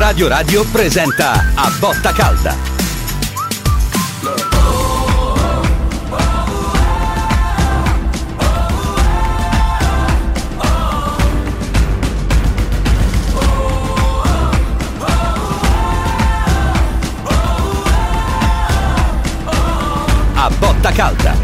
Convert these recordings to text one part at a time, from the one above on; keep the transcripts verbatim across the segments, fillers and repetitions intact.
Radio Radio presenta A Botta Calda. A Botta Calda.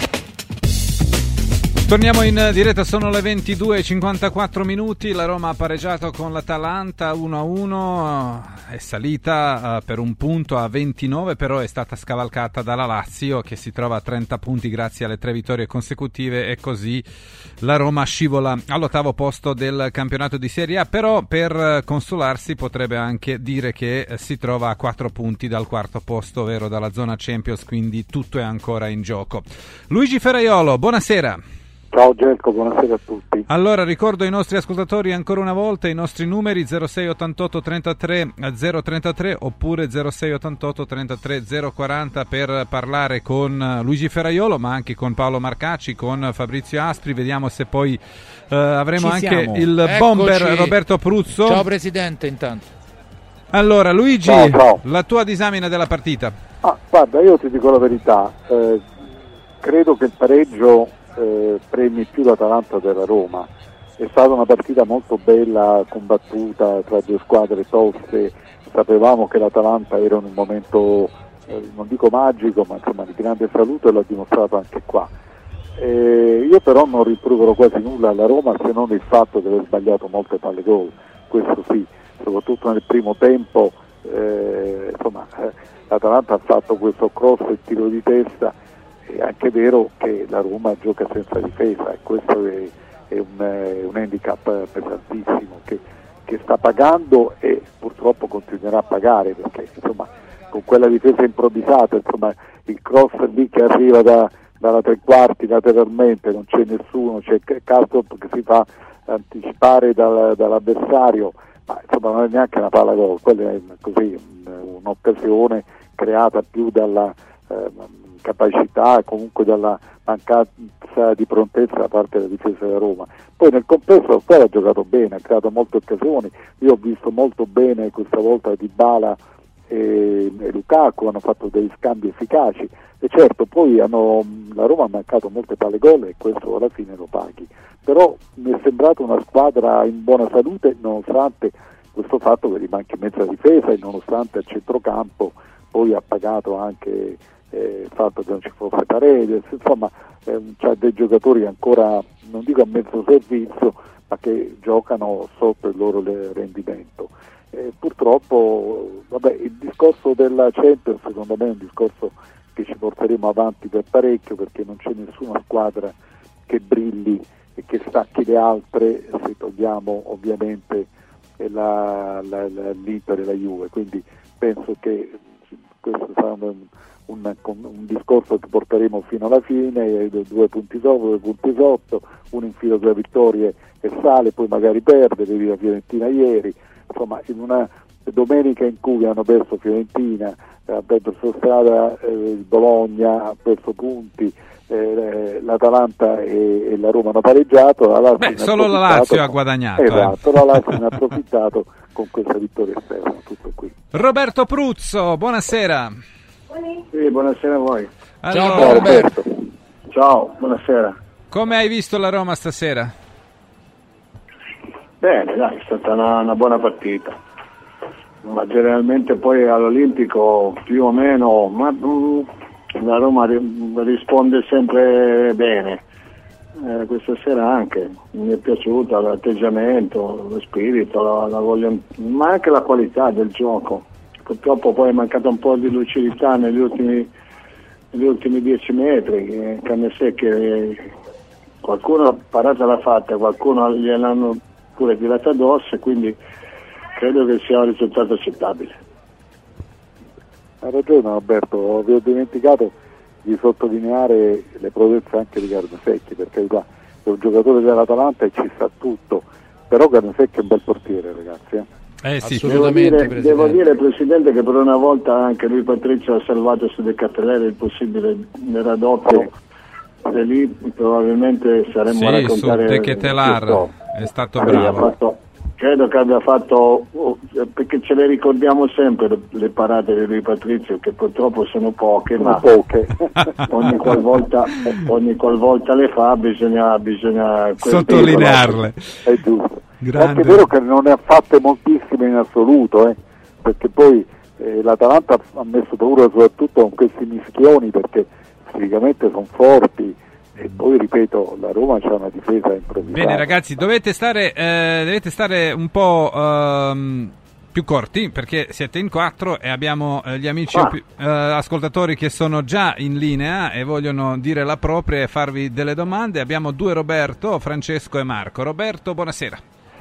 Torniamo in diretta, sono le ventidue e cinquantaquattro minuti, la Roma ha pareggiato con l'Atalanta uno a uno, è salita uh, per un punto a ventinove, però è stata scavalcata dalla Lazio che si trova a trenta punti grazie alle tre vittorie consecutive e così la Roma scivola all'ottavo posto del campionato di Serie A, però per consolarsi potrebbe anche dire che si trova a quattro punti dal quarto posto, ovvero dalla zona Champions, quindi tutto è ancora in gioco. Luigi Ferraiolo, buonasera. Ciao Gelco, buonasera a tutti. Allora, ricordo ai nostri ascoltatori ancora una volta i nostri numeri zero sei ottantotto trentatré zero trentatré oppure zero sei ottantotto trentatré zero quaranta per parlare con Luigi Ferraiolo, ma anche con Paolo Marcacci, con Fabrizio Aspri. Vediamo se poi eh, avremo Ci anche siamo. il Eccoci. bomber Roberto Pruzzo. Ciao Presidente, intanto. Allora, Luigi, ciao, ciao. La tua disamina della partita. Ah, guarda, io ti dico la verità, eh, credo che il pareggio Eh, premi più l'Atalanta della Roma. È stata una partita molto bella, combattuta tra due squadre toste, sapevamo che l'Atalanta era in un momento eh, non dico magico, ma insomma di grande salute, e l'ha dimostrato anche qua. Eh, io però non rimprovero quasi nulla alla Roma, se non il fatto di aver sbagliato molte palle gol, questo sì, soprattutto nel primo tempo. eh, insomma eh, l'Atalanta ha fatto questo cross e tiro di testa. È anche vero che la Roma gioca senza difesa e questo è, è, un, è un handicap pesantissimo che, che sta pagando e purtroppo continuerà a pagare, perché insomma con quella difesa improvvisata, insomma il cross lì che arriva da, dalla tre quarti lateralmente, non c'è nessuno, c'è Karsdorp che si fa anticipare dal, dall'avversario, ma insomma non è neanche una palla gol, quella è così un, un'occasione creata più dalla eh, capacità, comunque dalla mancanza di prontezza da parte della difesa della Roma. Poi nel complesso la squadra ha giocato bene, ha creato molte occasioni, io ho visto molto bene questa volta Dybala e, e Lukaku, hanno fatto degli scambi efficaci e certo poi hanno, la Roma ha mancato molte palle gol e questo alla fine lo paghi, però mi è sembrata una squadra in buona salute nonostante questo fatto che gli manchi mezza difesa e nonostante al centrocampo poi ha pagato anche il fatto che non ci fosse Paredes, insomma eh, c'è dei giocatori ancora, non dico a mezzo servizio, ma che giocano sotto il loro rendimento. Eh, purtroppo vabbè, il discorso della Champions secondo me è un discorso che ci porteremo avanti per parecchio, perché non c'è nessuna squadra che brilli e che stacchi le altre, se togliamo ovviamente la, la, la, l'Inter e la Juve, quindi penso che questo sarà un Un, un discorso che porteremo fino alla fine, due punti sopra, due punti sotto, uno infila due vittorie e sale, poi magari perde, vedi la Fiorentina ieri, insomma in una domenica in cui hanno perso Fiorentina, ha perso strada eh, il Bologna, ha perso punti, eh, l'Atalanta e, e la Roma hanno pareggiato, la Lazio Beh, solo la Lazio ha guadagnato. Esatto, eh. la Lazio ne ha approfittato con questa vittoria esterna, tutto qui. Roberto Pruzzo, buonasera. Sì, buonasera a voi. Allora, Ciao Roberto. Ciao, buonasera. Come hai visto la Roma stasera? Bene, dai, è stata una, una buona partita. Ma generalmente poi all'Olimpico più o meno, ma mh, la Roma ri- risponde sempre bene. Eh, questa sera anche mi è piaciuto l'atteggiamento, lo spirito, la, la voglia, ma anche la qualità del gioco. Purtroppo poi è mancata un po' di lucidità negli ultimi, negli ultimi dieci metri, che Cannesecchi qualcuno parata l'ha fatta, qualcuno gliel'hanno pure tirata addosso, e quindi credo che sia un risultato accettabile. Ha ragione Roberto, avevo dimenticato di sottolineare le prodezze anche di Cannesecchi, perché è un giocatore dell'Atalanta e ci sta tutto, però Cannesecchi è un bel portiere, ragazzi. Eh? Eh sì, devo, dire, devo dire Presidente che per una volta anche lui Patrizio ha salvato su De Cattelere il possibile raddoppio, e lì probabilmente saremmo sì, a raccontare su De Ketelar è stato sì, bravo. ha fatto, credo che abbia fatto, oh, perché ce le ricordiamo sempre le, le parate di Rui Patrizio, che purtroppo sono poche, Sono ma poche. ogni qualvolta, ogni qualvolta le fa bisogna, bisogna sottolinearle. È giusto. Grande. È anche vero che non ne ha fatte moltissime in assoluto, eh, perché poi eh, l'Atalanta ha messo paura soprattutto con questi mischioni, perché fisicamente sono forti. E poi ripeto, la Roma c'ha una difesa improvvisata. Bene ragazzi, dovete stare, eh, dovete stare un po' ehm, più corti, perché siete in quattro e abbiamo eh, gli amici Ah. op- eh, ascoltatori che sono già in linea e vogliono dire la propria e farvi delle domande. Abbiamo due Roberto, Francesco e Marco. Roberto, buonasera.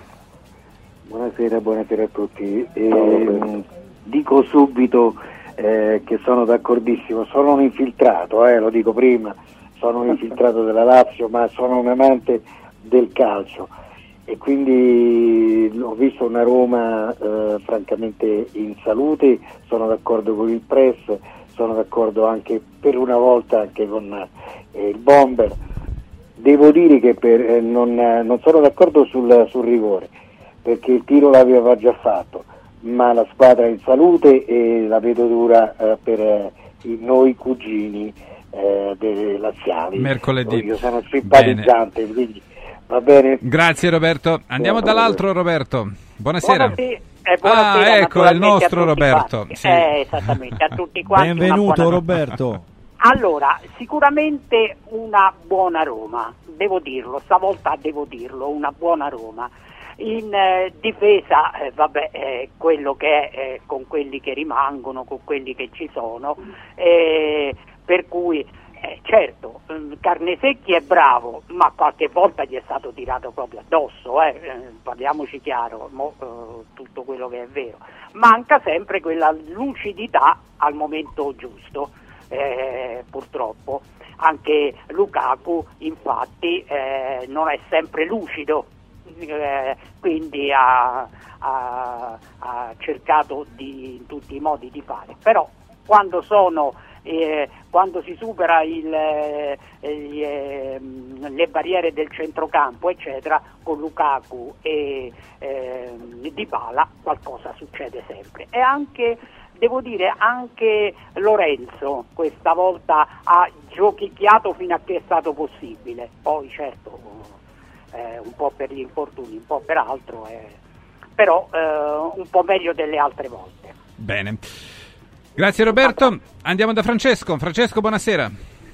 Buonasera, buonasera a tutti. E, dico subito eh, che sono d'accordissimo, sono un infiltrato, eh, lo dico prima. Sono un infiltrato della Lazio, ma sono un amante del calcio e quindi ho visto una Roma eh, francamente in salute, sono d'accordo con il press, sono d'accordo anche per una volta anche con eh, il bomber. Devo dire che per, eh, non, non sono d'accordo sul, sul rigore, perché il tiro l'aveva già fatto, ma la squadra è in salute e la vedo dura eh, per eh, i, noi cugini Eh, dei laziali. Mercoledì. Io sono simpatizzante, quindi va bene. Grazie Roberto. Andiamo Buona dall'altro Roberto. Buonasera. Buonasera, eh, buonasera, Ah, ecco, è il naturalmente nostro a tutti Roberto. quanti. Sì. Eh, esattamente, a tutti quanti. una Benvenuto buona- Roberto. Allora, sicuramente una buona Roma, devo dirlo, stavolta devo dirlo, una buona Roma. In eh, difesa, eh, vabbè, eh, quello che è eh, con quelli che rimangono, con quelli che ci sono, eh, per cui eh, certo, eh, Carnesecchi è bravo, ma qualche volta gli è stato tirato proprio addosso, eh, eh, parliamoci chiaro, mo, eh, tutto quello che è vero. Manca sempre quella lucidità al momento giusto, eh, purtroppo. Anche Lukaku, infatti, eh, non è sempre lucido. Eh, quindi ha, ha, ha cercato di, in tutti i modi di fare, però quando sono eh, quando si supera il, eh, eh, le barriere del centrocampo eccetera, con Lukaku e eh, Dybala qualcosa succede sempre. E anche, devo dire, anche Lorenzo questa volta ha giochicchiato fino a che è stato possibile, poi certo Eh, un po' per gli infortuni, un po' per altro, eh, però eh, un po' meglio delle altre volte. Bene. Grazie Roberto. Andiamo da Francesco. Francesco, buonasera.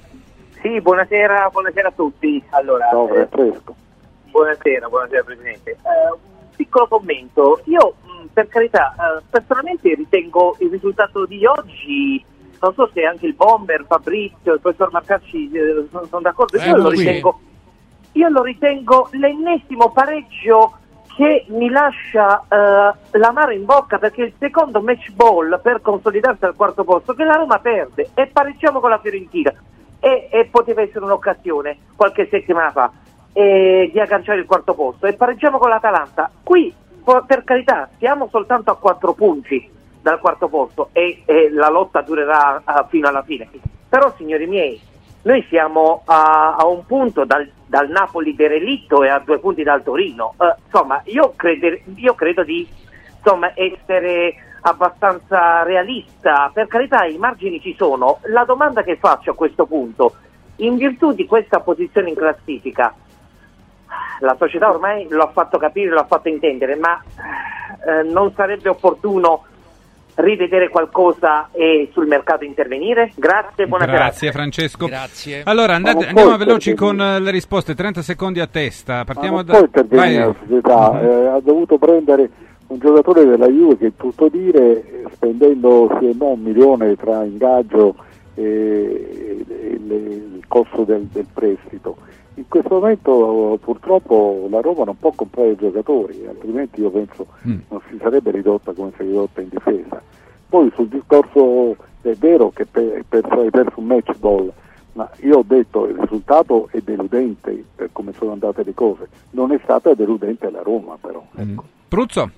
Sì, buonasera, buonasera a tutti. Allora, No, eh, fresco. buonasera, buonasera Presidente. Eh, un piccolo commento. Io, mh, per carità, eh, personalmente ritengo il risultato di oggi, non so se anche il bomber, Fabrizio, il professor Marcacci eh, sono, sono d'accordo, io Ecco lo qui. ritengo, io lo ritengo l'ennesimo pareggio che mi lascia eh, l'amaro in bocca, perché il secondo match ball per consolidarsi al quarto posto che la Roma perde e pareggiamo con la Fiorentina e, e poteva essere un'occasione qualche settimana fa eh, di agganciare il quarto posto e pareggiamo con l'Atalanta. Qui po- per carità siamo soltanto a quattro punti dal quarto posto e, e la lotta durerà uh, fino alla fine, però signori miei, noi siamo a, a un punto dal, dal Napoli derelitto e a due punti dal Torino. Uh, insomma, io, crede, io credo di insomma, essere abbastanza realista. Per carità, i margini ci sono. La domanda che faccio a questo punto, in virtù di questa posizione in classifica, la società ormai lo ha fatto capire, lo ha fatto intendere, ma eh, non sarebbe opportuno rivedere qualcosa e sul mercato intervenire? Grazie, buona Grazie serata. Francesco. Grazie. Allora andate, Ma non andiamo puoi veloci con intervenire. eh, le risposte, trenta secondi a testa. Partiamo Ma non da può intervenire la società, Mhm. eh, ha dovuto prendere un giocatore della Juve che tutto dire, eh, spendendo sì e no un milione tra ingaggio e, e- e le- il costo del, del prestito. In questo momento purtroppo la Roma non può comprare giocatori, altrimenti io penso Mm. non si sarebbe ridotta come si è ridotta in difesa. Poi sul discorso è vero che per, per, hai perso un match ball, ma io ho detto il risultato è deludente per come sono andate le cose, non è stata deludente la Roma però. Mm. Ecco. Pruzzo.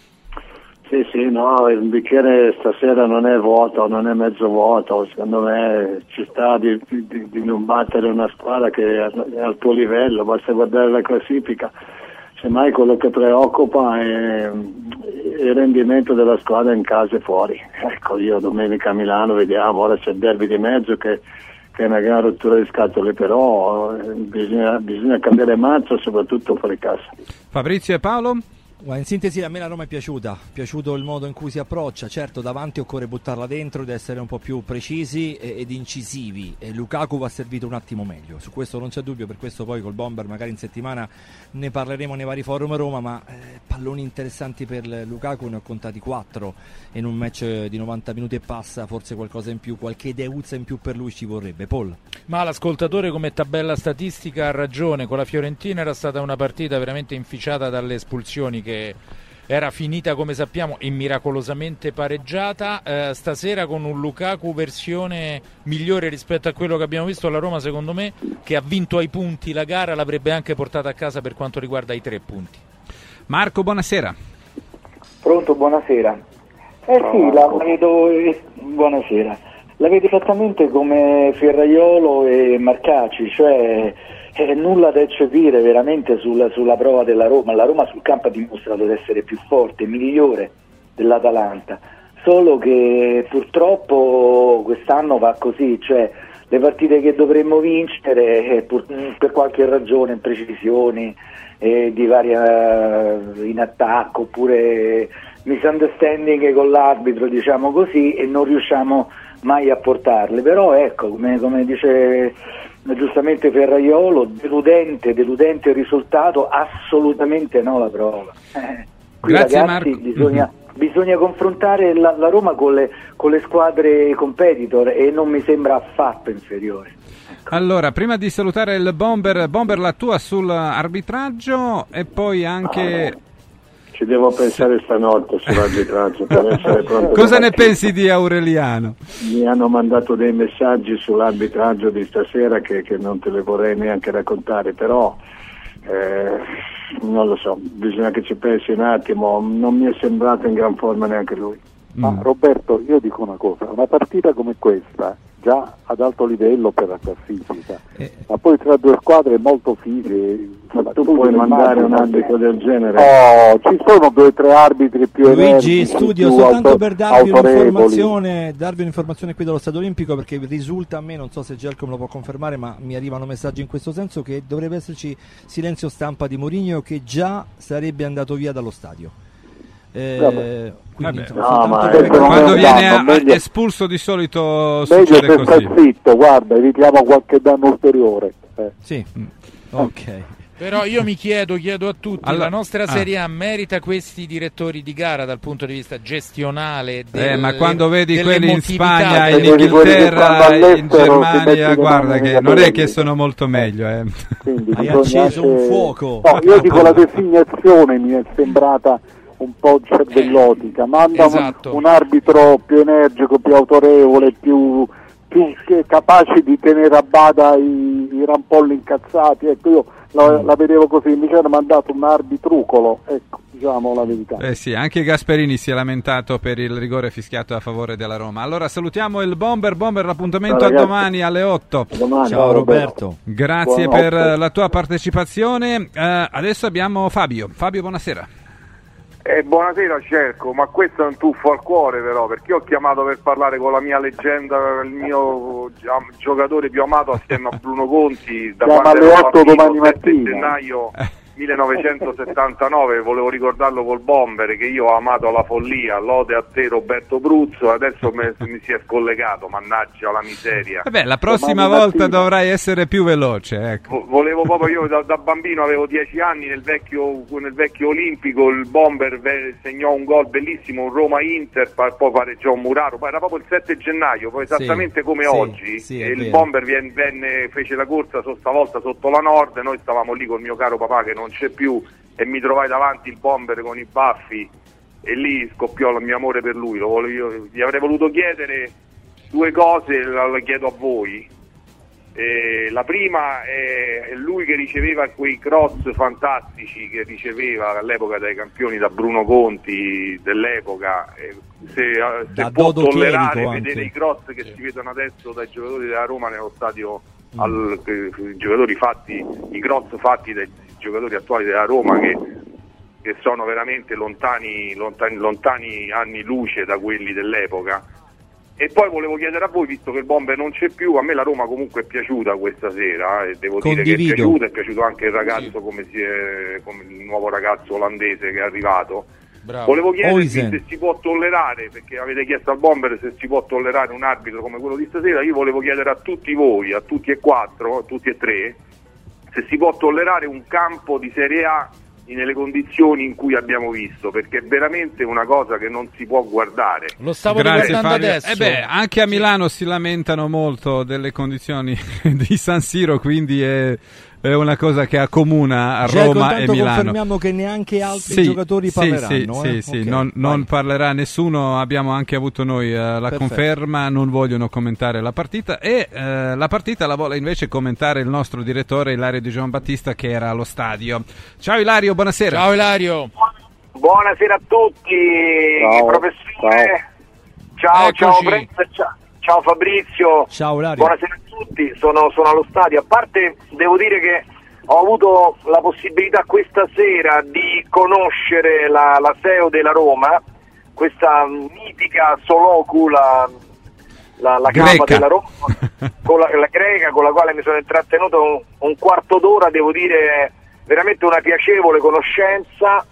Sì, sì, no, il bicchiere stasera non è vuoto, non è mezzo vuoto, secondo me ci sta di, di, di non battere una squadra che è al tuo livello, basta guardare la classifica, semmai quello che preoccupa è il rendimento della squadra in casa e fuori. Ecco, io domenica a Milano vediamo, ora c'è il derby di mezzo che, che è una gran rottura di scatole, però eh, bisogna, bisogna cambiare marcia soprattutto fuori casa. Fabrizio e Paolo? In sintesi, a me la Roma è piaciuta, è piaciuto il modo in cui si approccia. Certo, davanti occorre buttarla dentro ed essere un po' più precisi ed incisivi, e Lukaku va servito un attimo meglio, su questo non c'è dubbio. Per questo poi col Bomber magari in settimana ne parleremo nei vari forum a Roma, ma eh, palloni interessanti per Lukaku ne ho contati quattro in un match di novanta minuti e passa, forse qualcosa in più, qualche deuzza in più per lui ci vorrebbe. Paul? Ma l'ascoltatore come tabella statistica ha ragione, con la Fiorentina era stata una partita veramente inficiata dalle espulsioni, che era finita come sappiamo e miracolosamente pareggiata. Eh, stasera con un Lukaku versione migliore rispetto a quello che abbiamo visto, la Roma secondo me, che ha vinto ai punti la gara, l'avrebbe anche portata a casa per quanto riguarda i tre punti. Marco, buonasera. Pronto, buonasera. Eh sì, la vedo, eh, buonasera, la vedo esattamente come Ferraiolo e Marcacci, cioè Eh, nulla da eccepire veramente sulla, sulla prova della Roma. La Roma sul campo ha dimostrato di essere più forte, migliore dell'Atalanta, solo che purtroppo quest'anno va così, cioè le partite che dovremmo vincere eh, pur, per qualche ragione, imprecisioni eh, di varia eh, in attacco oppure misunderstanding con l'arbitro, diciamo così, e non riusciamo mai a portarle. Però ecco, come, come dice giustamente Ferraiolo, deludente, deludente il risultato, assolutamente no la prova. Eh, qui Grazie, ragazzi, Marco. bisogna, Mm-hmm. bisogna confrontare la, la Roma con le, con le squadre competitor e non mi sembra affatto inferiore. Ecco. Allora, prima di salutare il Bomber, Bomber la tua sull'arbitraggio e poi anche... Ah, ci devo pensare stanotte sull'arbitraggio per essere pronto. Cosa ne pensi di Aureliano? Mi hanno mandato dei messaggi sull'arbitraggio di stasera che, che non te le vorrei neanche raccontare, però eh, non lo so, bisogna che ci pensi un attimo. Non mi è sembrato in gran forma neanche lui. Ma Mm. Roberto, io dico una cosa, una partita come questa, già ad alto livello per la classifica, Eh. ma poi tra due squadre molto fighe, insomma, Tu puoi te mandare un immagini. arbitro del genere? Oh, ci sono due o tre arbitri più Luigi, energici, studio più soltanto auto- per darvi autorevoli. un'informazione, darvi un'informazione qui dallo Stadio Olimpico, perché risulta a me, non so se Gelco me lo può confermare, ma mi arrivano messaggi in questo senso, che dovrebbe esserci silenzio stampa di Mourinho, che già sarebbe andato via dallo stadio. Eh, quindi, Vabbè. insomma, No, soltanto ma per- questo non Quando è un viene danno, a- meglio- espulso di solito Meglio succede se così. stai zitto, guarda, evitiamo qualche danno ulteriore. Eh. Sì, ok. Però io mi chiedo, chiedo a tutti, Allora- la nostra ah. Serie A merita questi direttori di gara dal punto di vista gestionale? Del, Eh, ma quando vedi quelli in dell'emotività, Spagna, delle- in vedi quelli che stanno Inghilterra, in all'estero, si Germania, mettono guarda le mani che nei non è capelli. che sono molto meglio. Eh. Quindi Hai bisogna acceso un anche- fuoco. No, io dico la designazione mi è sembrata un po' cervellotica, manda un- Esatto. un, arbitro più energico, più autorevole, più, più che- capace di tenere a bada i, i rampolli incazzati. Ecco, io la, la vedevo così, invece hanno mandato un arbitrucolo, ecco, diciamo la verità. Eh sì, anche Gasperini si è lamentato per il rigore fischiato a favore della Roma. Allora salutiamo il Bomber, Bomber l'appuntamento Ciao, a ragazzi. domani alle otto. A domani. Ciao Roberto. Grazie Buonanotte. per la tua partecipazione. Eh, adesso abbiamo Fabio. Fabio, buonasera. Eh, buonasera Cerco, ma questo è un tuffo al cuore però, perché io ho chiamato per parlare con la mia leggenda, il mio gi- giocatore più amato assieme a Bruno Conti da Chiama quando alle ero otto bambino, domani sette mattina. gennaio millenovecentosettantanove, volevo ricordarlo col Bomber che io ho amato la follia, lode a te Roberto Bruzzo, adesso me- mi si è scollegato, mannaggia la miseria. Vabbè, la prossima Domani volta mattina. dovrai essere più veloce, ecco. Vo- Volevo proprio, io da, da bambino avevo dieci anni, nel vecchio, nel vecchio Olimpico il Bomber ve- segnò un gol bellissimo, un Roma-Inter, pa- poi pareggiò un Muraro, poi era proprio il sette gennaio, poi esattamente Sì, come sì, oggi, sì, è e il vero. Bomber vien- venne, fece la corsa so- stavolta sotto la Nord, noi stavamo lì col mio caro papà che non c'è più e mi trovai davanti il Bomber con i baffi e lì scoppiò il mio amore per lui. Lo volevo- io gli avrei voluto chiedere due cose, la, la chiedo a voi. Eh, la prima è lui che riceveva quei cross fantastici che riceveva all'epoca dai campioni, da Bruno Conti dell'epoca, eh, se, eh, se Da può Dodo tollerare Chierico vedere anche. i cross che Sì. si vedono adesso dai giocatori della Roma nello stadio, Mm. al, eh, i giocatori fatti, i cross fatti dai giocatori attuali della Roma che, che sono veramente lontani, lontani, lontani anni luce da quelli dell'epoca. E poi volevo chiedere a voi, visto che il Bomber non c'è più, a me la Roma comunque è piaciuta questa sera, eh, e devo Condivido. dire che è piaciuta, è piaciuto anche il ragazzo, come, si è, come il nuovo ragazzo olandese che è arrivato. Bravo. Volevo chiedervi Oisen. se si può tollerare, perché avete chiesto al Bomber se si può tollerare un arbitro come quello di stasera. Io volevo chiedere a tutti voi, a tutti e quattro, a tutti e tre, se si può tollerare un campo di Serie A nelle condizioni in cui abbiamo visto, perché è veramente una cosa che non si può guardare. Lo stavo Grazie, ricordando Fabio. adesso. Eh beh, anche a Milano si lamentano molto delle condizioni di San Siro, quindi è, è una cosa che accomuna a Giacomo, Roma e intanto Milano. confermiamo che neanche altri Sì, giocatori sì, parleranno. sì, eh? sì, sì, Ok, non, non vai. parlerà nessuno, abbiamo anche avuto noi eh, la Perfetto. conferma, non vogliono commentare la partita e eh, la partita la vuole invece commentare il nostro direttore Ilario Di Giambattista, che era allo stadio. Ciao Ilario, buonasera. Ciao Ilario. Buonasera a tutti, Ciao, professore. Ciao, ciao, Eccoci. Prenz, ciao, ciao Fabrizio. Ciao Ilario. Buonasera a tutti, sono, sono allo stadio. A parte devo dire che ho avuto la possibilità questa sera di conoscere la, la S E O della Roma, questa mitica Soloku, la, la, la capa Greca. della Roma, con la, la greca, con la quale mi sono intrattenuto un, un quarto d'ora, devo dire veramente una piacevole conoscenza,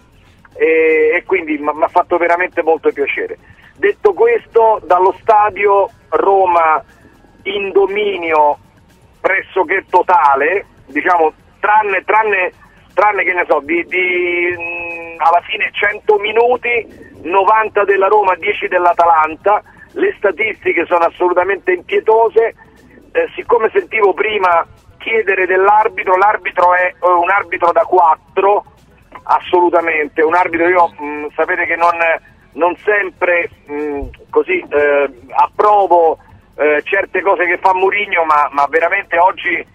e, e quindi mi ha fatto veramente molto piacere. Detto questo, dallo stadio Roma in dominio pressoché totale, diciamo, tranne, tranne, tranne che ne so, di, di mh, alla fine cento minuti, novanta della Roma, dieci dell'Atalanta. Le statistiche sono assolutamente impietose. Eh, siccome sentivo prima chiedere dell'arbitro, l'arbitro è eh, un arbitro da quattro, assolutamente, un arbitro, io mh, sapete che non, non sempre mh, così eh, approvo eh, certe cose che fa Mourinho, ma, ma veramente oggi,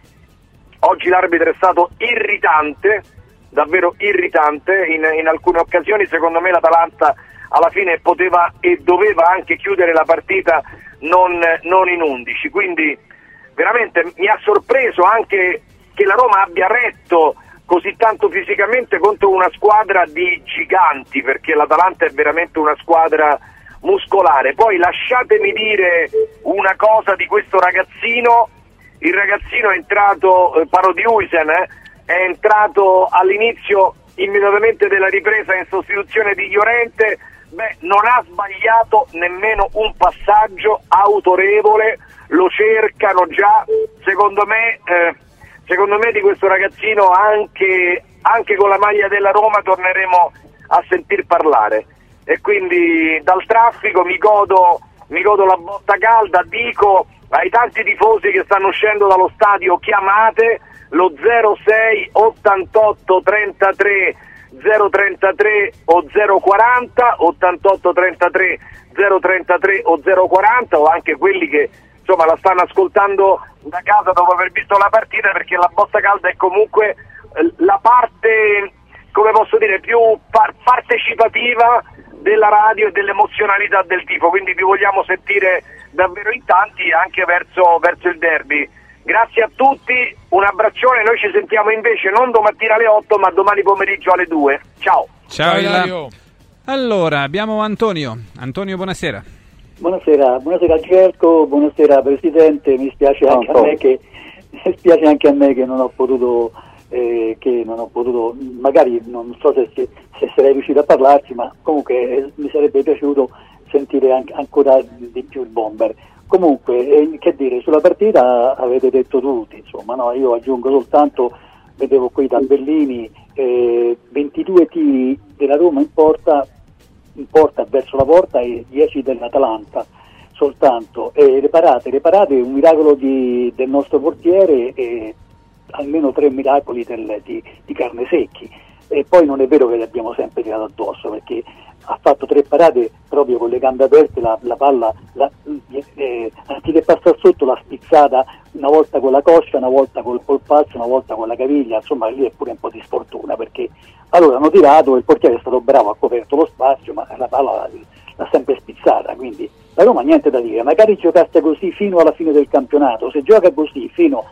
oggi l'arbitro è stato irritante, davvero irritante, in, in alcune occasioni secondo me l'Atalanta alla fine poteva e doveva anche chiudere la partita non, non in undici, quindi veramente mi ha sorpreso anche che la Roma abbia retto così tanto fisicamente contro una squadra di giganti, perché l'Atalanta è veramente una squadra muscolare. Poi lasciatemi dire una cosa di questo ragazzino, il ragazzino è entrato, eh, parlo di Huijsen, eh, è entrato all'inizio immediatamente della ripresa in sostituzione di Llorente. Beh, non ha sbagliato nemmeno un passaggio autorevole, lo cercano già, secondo me, eh, secondo me di questo ragazzino anche, anche con la maglia della Roma torneremo a sentir parlare, e quindi dal traffico mi godo, mi godo la botta calda. Dico ai tanti tifosi che stanno uscendo dallo stadio: chiamate lo zero sei ottantotto trentatré zero trentatré o zero quaranta, ottantotto trentatré zero trentatré o zero quaranta, o anche quelli che insomma la stanno ascoltando da casa dopo aver visto la partita, perché la botta calda è comunque eh, la parte, come posso dire, più par- partecipativa della radio e dell'emozionalità del tifo, quindi vi vogliamo sentire davvero in tanti anche verso, verso il derby. Grazie a tutti, un abbraccione, noi ci sentiamo invece non domattina alle otto ma domani pomeriggio alle due. Ciao. Ciao, Ciao, Ilario. Ilario. Allora, abbiamo Antonio. Antonio, buonasera. Buonasera, buonasera Gerco, buonasera Presidente, mi spiace Ciao, anche ciao. a me che mi spiace anche a me che non ho potuto eh, che non ho potuto magari non so se, se, se sarei riuscito a parlarci, ma comunque eh, mi sarebbe piaciuto sentire anche, ancora di più il Bomber. Comunque, eh, che dire, sulla partita avete detto tutti, insomma, no, io aggiungo soltanto, vedevo qui da Bellini, eh, ventidue tiri della Roma in porta, in porta verso la porta e dieci dell'Atalanta soltanto, e le parate, le parate un miracolo di, del nostro portiere e almeno tre miracoli del, di, di Carnesecchi, e poi non è vero che le abbiamo sempre tirato addosso, perché ha fatto tre parate proprio con le gambe aperte, la, la palla la, eh, anziché passare sotto l'ha spizzata una volta con la coscia, una volta col polpaccio, una volta con la caviglia, insomma lì è pure un po' di sfortuna, perché allora hanno tirato e il portiere è stato bravo, ha coperto lo spazio, ma la palla l'ha, l'ha sempre spizzata, quindi la Roma niente da dire, magari giocasse così fino alla fine del campionato, se gioca così fino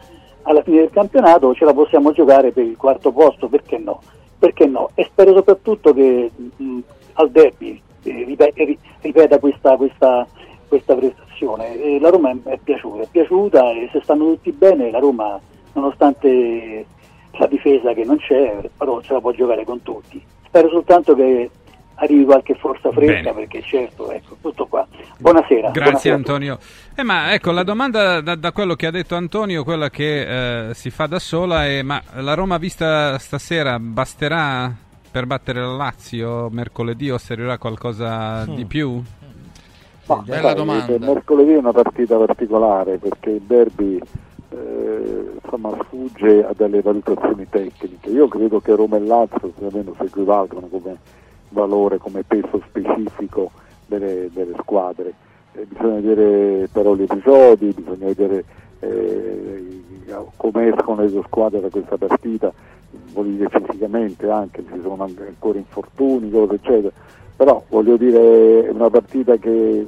alla fine del campionato ce la possiamo giocare per il quarto posto, perché no? Perché no? E spero soprattutto che mh, al derby eh, ripeta, ripeta questa, questa, questa prestazione. E la Roma è, è piaciuta, è piaciuta e se stanno tutti bene la Roma, nonostante la difesa che non c'è, però ce la può giocare con tutti. Spero soltanto che arrivi qualche forza fresca. Bene. Perché certo, ecco, tutto qua. Buonasera. Grazie buonasera Antonio. Eh, ma ecco, la domanda da, da quello che ha detto Antonio, quella che eh, si fa da sola è: ma la Roma vista stasera basterà per battere la Lazio mercoledì o servirà qualcosa mm. di più? Ma, bella sai, domanda. Mercoledì è una partita particolare perché il derby eh, insomma sfugge a delle valutazioni tecniche. Io credo che Roma e Lazio più o meno si equivalgono come valore, come peso specifico delle, delle squadre. Eh, bisogna vedere però gli episodi, bisogna vedere eh, come escono le due squadre da questa partita, voglio dire fisicamente anche, ci sono ancora infortuni, cose eccetera, però voglio dire è una partita che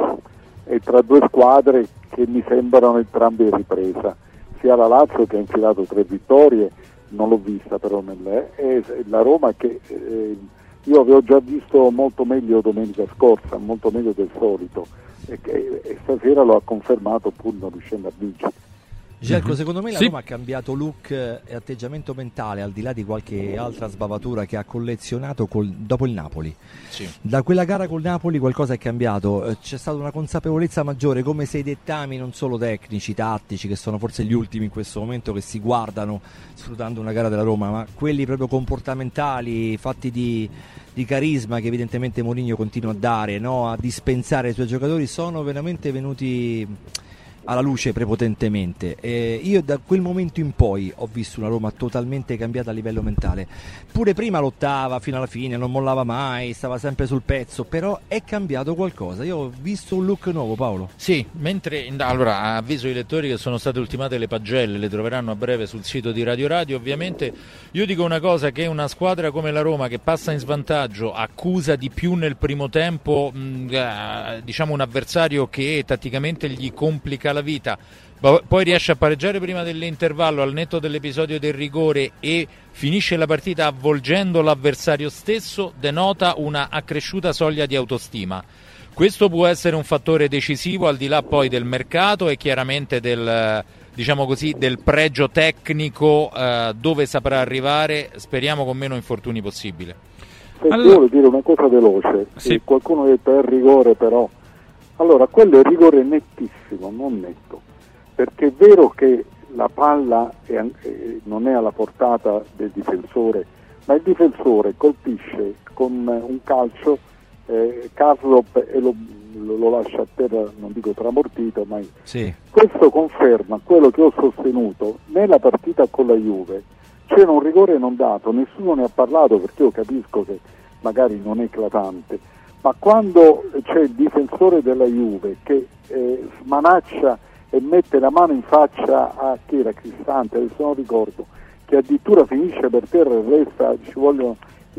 è tra due squadre che mi sembrano entrambe in ripresa, sia la Lazio che ha infilato tre vittorie, non l'ho vista però nelle, e la Roma che eh, io avevo già visto molto meglio domenica scorsa, molto meglio del solito, e, che, e stasera lo ha confermato pur non riuscendo a vincere. Gerco, secondo me la sì. Roma ha cambiato look e atteggiamento mentale, al di là di qualche altra sbavatura che ha collezionato col, dopo il Napoli. Sì. Da quella gara col Napoli qualcosa è cambiato, c'è stata una consapevolezza maggiore, come se i dettami non solo tecnici, tattici, che sono forse gli ultimi in questo momento che si guardano sfruttando una gara della Roma, ma quelli proprio comportamentali, fatti di, di carisma che evidentemente Mourinho continua a dare, no? A dispensare ai suoi giocatori, sono veramente venuti alla luce prepotentemente. Eh, io da quel momento in poi ho visto una Roma totalmente cambiata a livello mentale. Pure prima lottava fino alla fine, non mollava mai, stava sempre sul pezzo, però è cambiato qualcosa. Io ho visto un look nuovo, Paolo. Sì, mentre allora avviso i lettori che sono state ultimate le pagelle, le troveranno a breve sul sito di Radio Radio. Ovviamente io dico una cosa, che una squadra come la Roma che passa in svantaggio, accusa di più nel primo tempo mh, eh, diciamo un avversario che tatticamente gli complica la vita, poi riesce a pareggiare prima dell'intervallo al netto dell'episodio del rigore e finisce la partita avvolgendo l'avversario stesso, denota una accresciuta soglia di autostima. Questo può essere un fattore decisivo, al di là poi del mercato e chiaramente del, diciamo così, del pregio tecnico, eh, dove saprà arrivare, speriamo con meno infortuni possibile. Senti, allora, voglio dire una cosa veloce, sì. Qualcuno ha detto è rigore, però allora quello è rigore nettissimo, non netto, perché è vero che la palla è, eh, non è alla portata del difensore, ma il difensore colpisce con un calcio eh, Karsdorp e lo, lo, lo lascia a terra, non dico tramortito, ma sì. Questo conferma quello che ho sostenuto nella partita con la Juve. C'era un rigore non dato, nessuno ne ha parlato perché io capisco che magari non è eclatante, ma quando c'è il difensore della Juve che eh, smanaccia e mette la mano in faccia a chi era Cristante, adesso non ricordo, che addirittura finisce per terra e resta, ci vogliono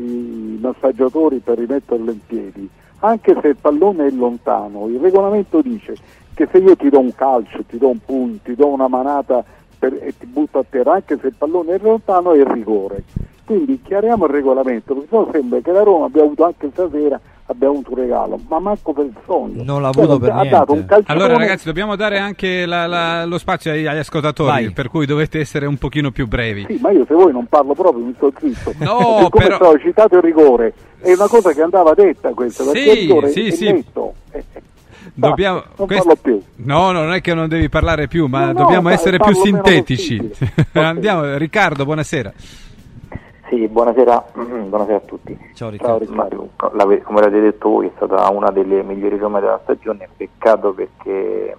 i massaggiatori per rimetterlo in piedi, anche se il pallone è lontano, il regolamento dice che se io ti do un calcio, ti do un pugno, ti do una manata per, e ti butto a terra, anche se il pallone è lontano, è il rigore. Quindi chiariamo il regolamento, perché sennò sembra che la Roma abbia avuto anche stasera abbiamo avuto un regalo, ma manco per il sogno. Non l'ha avuto per ha niente. Dato un calcione... Allora ragazzi, dobbiamo dare anche la, la, lo spazio agli, agli ascoltatori. Vai. Per cui dovete essere un pochino più brevi. Sì, ma io se voi non parlo proprio mi sto zitto. No, come però... stavo citato il rigore, è una cosa che andava detta questa, perché sì, il rigore sì, è sì. netto. Dobbiamo... non Quest... parlo più. No, no, non è che non devi parlare più, ma no, dobbiamo no, essere più sintetici. Okay. Andiamo, Riccardo, buonasera. Sì, buonasera, buonasera a tutti. Ciao Riccardo. Ma, come avete detto voi, è stata una delle migliori Rome della stagione, peccato perché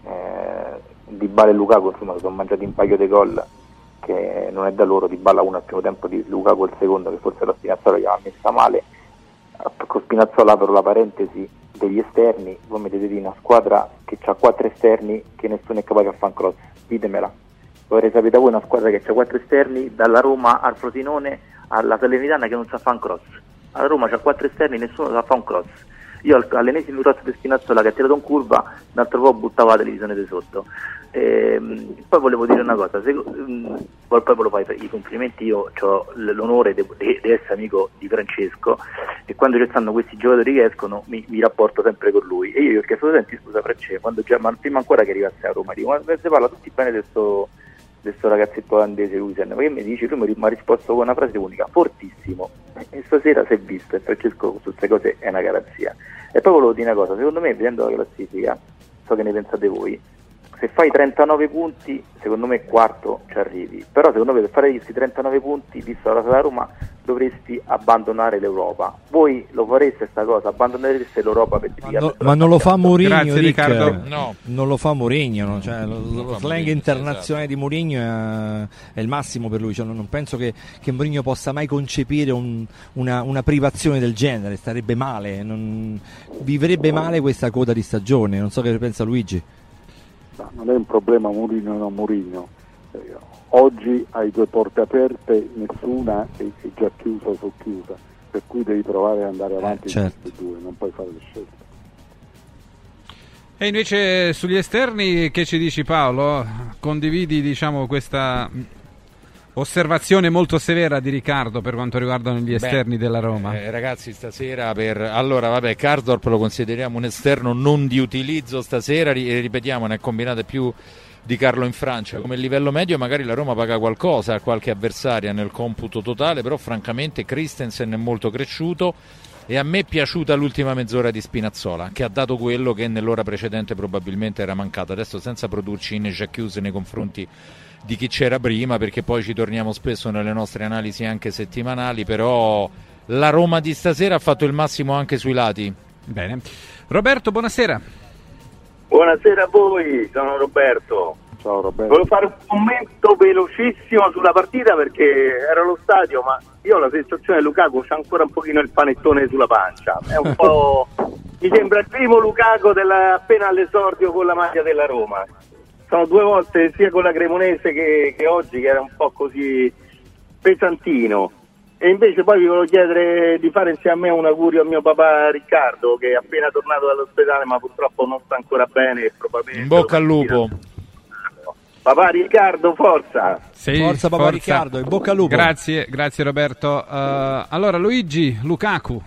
eh, Dybala e Lukaku insomma si sono mangiati un paio di gol che non è da loro. Dybala uno al primo tempo, di Lukaku il secondo, che forse la Spinazzola gli aveva messa male. Con Spinazzola per la parentesi degli esterni, voi mettete di una squadra che ha quattro esterni che nessuno è capace a fare un cross, ditemela. Vorrei sapere da voi una squadra che ha quattro esterni, dalla Roma al Frosinone alla Salernitana, che non sa fare un cross. Alla Roma c'ha quattro esterni, nessuno sa fare un cross. Io al, all'ennesimo cross di Spinazzola che ha tirato in curva, un altro po' buttava la televisione di sotto. E, poi volevo dire una cosa, se, mh, poi volevo fare i complimenti. Io ho l'onore di essere amico di Francesco e quando ci stanno questi giocatori che escono mi, mi rapporto sempre con lui, e io gli ho chiesto: senti, scusa Francesco, quando già, ma prima ancora che arrivasse a Roma, dico, ma si parla tutti bene di questo questo ragazzetto olandese Luisen, ma che mi dice? Lui mi ha risposto con una frase unica: fortissimo. E stasera si è visto, e Francesco su queste cose è una garanzia. E poi volevo dire una cosa, secondo me, vedendo la classifica, so che ne pensate voi, se fai trentanove punti, secondo me quarto ci arrivi, però secondo me per fare questi trentanove punti, visto la della Roma, dovresti abbandonare l'Europa. Voi lo fareste sta cosa? Abbandonereste l'Europa per ma, no, ma non lo fa Mourinho? Grazie, Riccardo. No. Non lo fa Mourinho, no? Cioè, lo, lo, lo slang Mourinho, internazionale esatto. di Mourinho è, è il massimo per lui, cioè, non, non penso che, che Mourinho possa mai concepire un, una, una privazione del genere, starebbe male, non, vivrebbe male questa coda di stagione. Non so che pensa Luigi. No, non è un problema Mourinho o non Mourinho. Eh, oggi hai due porte aperte, nessuna è, è già chiusa o socchiusa, per cui devi provare ad andare avanti eh, certo. in queste due, non puoi fare le scelte. E invece sugli esterni che ci dici, Paolo? Condividi, diciamo, questa osservazione molto severa di Riccardo per quanto riguardano gli esterni Beh, della Roma? Eh, ragazzi, stasera per allora vabbè, Karsdorp lo consideriamo un esterno non di utilizzo stasera, ripetiamo, ne ha combinate più di Carlo in Francia. Come livello medio magari la Roma paga qualcosa a qualche avversaria nel computo totale, però francamente Christensen è molto cresciuto e a me è piaciuta l'ultima mezz'ora di Spinazzola, che ha dato quello che nell'ora precedente probabilmente era mancato. Adesso senza produrci in chiuse nei confronti di chi c'era prima, perché poi ci torniamo spesso nelle nostre analisi anche settimanali, però la Roma di stasera ha fatto il massimo anche sui lati. Bene. Roberto, buonasera. Buonasera a voi, sono Roberto. Ciao Roberto. Volevo fare un commento velocissimo sulla partita perché ero allo stadio, ma io ho la sensazione che Lukaku c'ha ancora un pochino il panettone sulla pancia. È un po'... mi sembra il primo Lukaku della... appena all'esordio con la maglia della Roma. Sono due volte sia con la Cremonese che, che oggi, che era un po' così pesantino. E invece poi vi volevo chiedere di fare insieme a me un augurio a mio papà Riccardo, che è appena tornato dall'ospedale ma purtroppo non sta ancora bene e probabilmente... In bocca al lupo. Papà Riccardo, forza! Sì, forza papà forza. Riccardo, in bocca al lupo. Grazie, grazie Roberto. Uh, allora Luigi, Lukaku.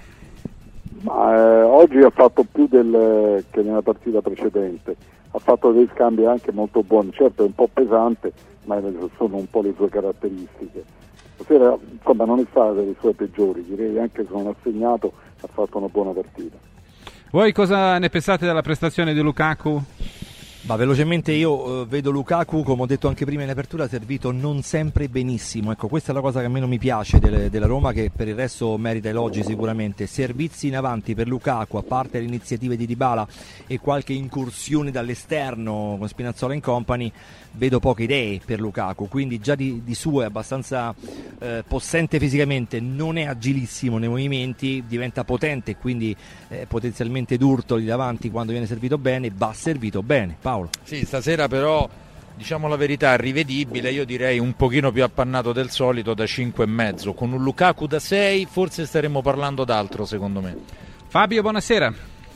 Ma, eh, oggi ha fatto più del, che nella partita precedente, ha fatto dei scambi anche molto buoni, certo è un po' pesante, ma sono un po' le sue caratteristiche. Stasera, insomma, non è stata delle sue peggiori, direi anche se non ha segnato ha fatto una buona partita. Voi cosa ne pensate della prestazione di Lukaku? Ma velocemente io eh, vedo Lukaku, come ho detto anche prima in apertura, servito non sempre benissimo. Ecco, questa è la cosa che a me non mi piace delle, della Roma, che per il resto merita elogi sicuramente. Servizi in avanti per Lukaku, a parte le iniziative di Dybala e qualche incursione dall'esterno con Spinazzola in company, vedo poche idee per Lukaku, quindi già di, di suo è abbastanza eh, possente fisicamente, non è agilissimo nei movimenti, diventa potente, quindi eh, potenzialmente d'urto lì davanti quando viene servito bene, va servito bene. Paolo. Sì, stasera però, diciamo la verità, rivedibile, io direi un pochino più appannato del solito, da cinque e mezzo, con un Lukaku da sei forse staremmo parlando d'altro secondo me. Fabio, buonasera.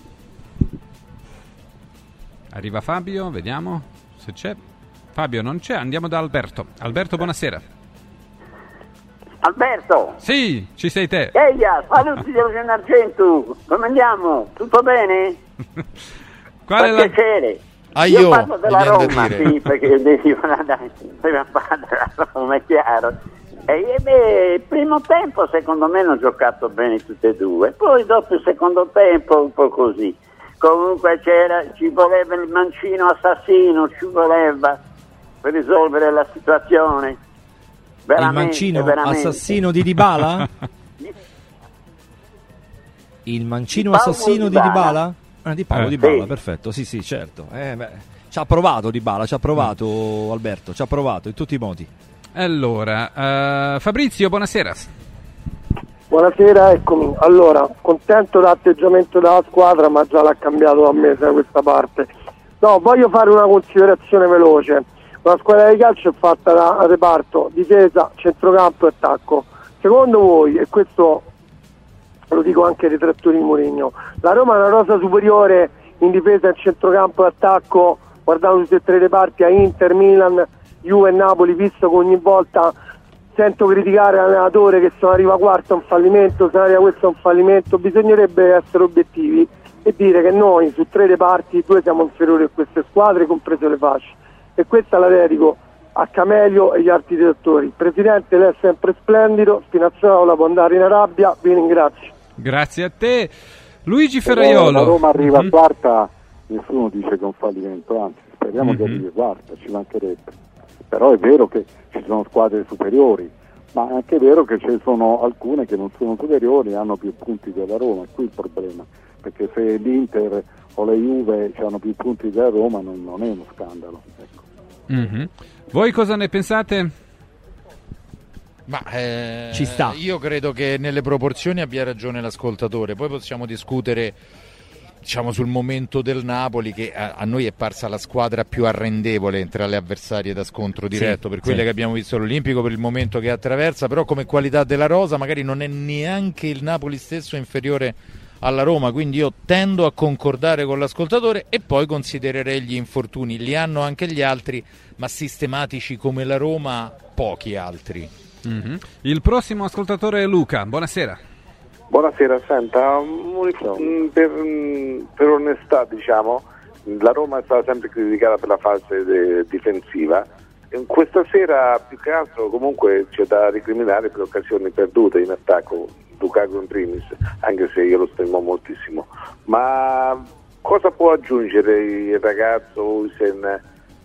Arriva Fabio, vediamo se c'è. Fabio non c'è, andiamo da Alberto. Alberto, buonasera. Alberto! Sì, ci sei te. Eia, saluti dell'Oceano Argento, come andiamo? Tutto bene? Qual è per la... piacere. Ah, io, io parlo della Roma, dire. sì, perché devo andare prima della Roma, è chiaro. E beh, il primo tempo secondo me hanno giocato bene tutte e due, poi dopo il secondo tempo un po' così. Comunque c'era, ci voleva il mancino assassino, ci voleva per risolvere la situazione. Veramente, il mancino veramente. assassino di Dybala? Il mancino Di assassino di Dybala? Ah, di Paolo Eh, Dybala, sì. perfetto, sì sì certo. Eh, beh, ci ha provato Dybala, ci ha provato mm. Alberto, ci ha provato in tutti i modi. Allora, uh, Fabrizio, buonasera. Buonasera, eccomi. Allora, contento dell'atteggiamento della squadra, ma già l'ha cambiato da me da questa parte. No, voglio fare una considerazione veloce. Una squadra di calcio è fatta da reparto, difesa, centrocampo e attacco. Secondo voi, e questo lo dico anche ai detrattori di Mourinho. La Roma ha una rosa superiore in difesa, in centrocampo e attacco, guardando tutte e tre le parti, a Inter, Milan, Juve e Napoli, visto che ogni volta sento criticare l'allenatore che se non arriva quarto è un fallimento, se non arriva questo è un fallimento. Bisognerebbe essere obiettivi e dire che noi su tre reparti due siamo inferiori a queste squadre, comprese le fasce, e questa la dedico a Camelio e agli altri direttori. Presidente, lei è sempre splendido, Spinazzola può andare in Arabia, vi ringrazio. Grazie a te. Luigi Ferraiolo. La Roma arriva mm-hmm. quarta, nessuno dice che è un fallimento, anzi speriamo mm-hmm. che arrivi quarta, ci mancherebbe. Però è vero che ci sono squadre superiori, ma è anche vero che ci sono alcune che non sono superiori e hanno più punti della Roma, è qui il problema, perché se l'Inter o le Juve hanno più punti della Roma non, non è uno scandalo. Ecco. Mm-hmm. Voi cosa ne pensate? Ma eh, ci sta. Io credo che nelle proporzioni abbia ragione l'ascoltatore, poi possiamo discutere, diciamo, sul momento del Napoli, che a, a noi è parsa la squadra più arrendevole tra le avversarie da scontro diretto, sì, per quelle sì. che abbiamo visto all'Olimpico, per il momento che attraversa, però come qualità della rosa magari non è neanche il Napoli stesso inferiore alla Roma, quindi io tendo a concordare con l'ascoltatore e poi considererei gli infortuni, li hanno anche gli altri, ma sistematici come la Roma pochi altri. Mm-hmm. Il prossimo ascoltatore è Luca, buonasera. Buonasera, senta, per, per onestà diciamo, la Roma è stata sempre criticata per la fase de- difensiva. Questa sera più che altro comunque c'è da ricriminare per occasioni perdute in attacco, Lukaku in primis, anche se io lo stimo moltissimo. Ma cosa può aggiungere il ragazzo Huijsen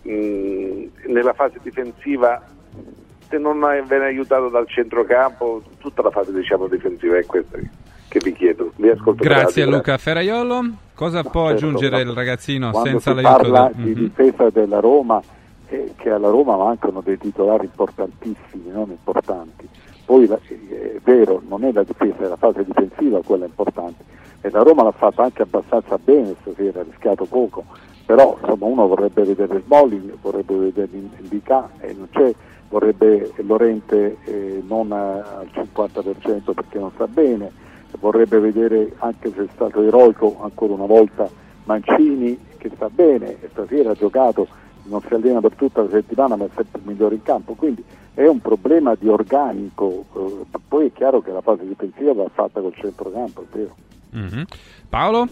mh, nella fase difensiva, se non viene aiutato dal centrocampo? Tutta la fase diciamo difensiva è questa che vi chiedo. Vi ascolto. Grazie a Luca Ferraiolo. Cosa può certo, aggiungere no. il ragazzino Quando senza si l'aiuto parla del... di mm-hmm. difesa della Roma, eh, che alla Roma mancano dei titolari importantissimi, non importanti. Poi la, è vero, non è la difesa, è la fase difensiva quella importante, e la Roma l'ha fatta anche abbastanza bene stasera, ha rischiato poco, però insomma uno vorrebbe vedere Smalling, vorrebbe vedere Indica e non c'è, vorrebbe Llorente eh, non al cinquanta per cento perché non sta bene, vorrebbe vedere, anche se è stato eroico ancora una volta, Mancini che sta bene e stasera ha giocato, non si allena per tutta la settimana ma è sempre il migliore in campo, quindi è un problema di organico. Eh, poi è chiaro che la fase difensiva va fatta col centrocampo, è vero. Mm-hmm. Paolo?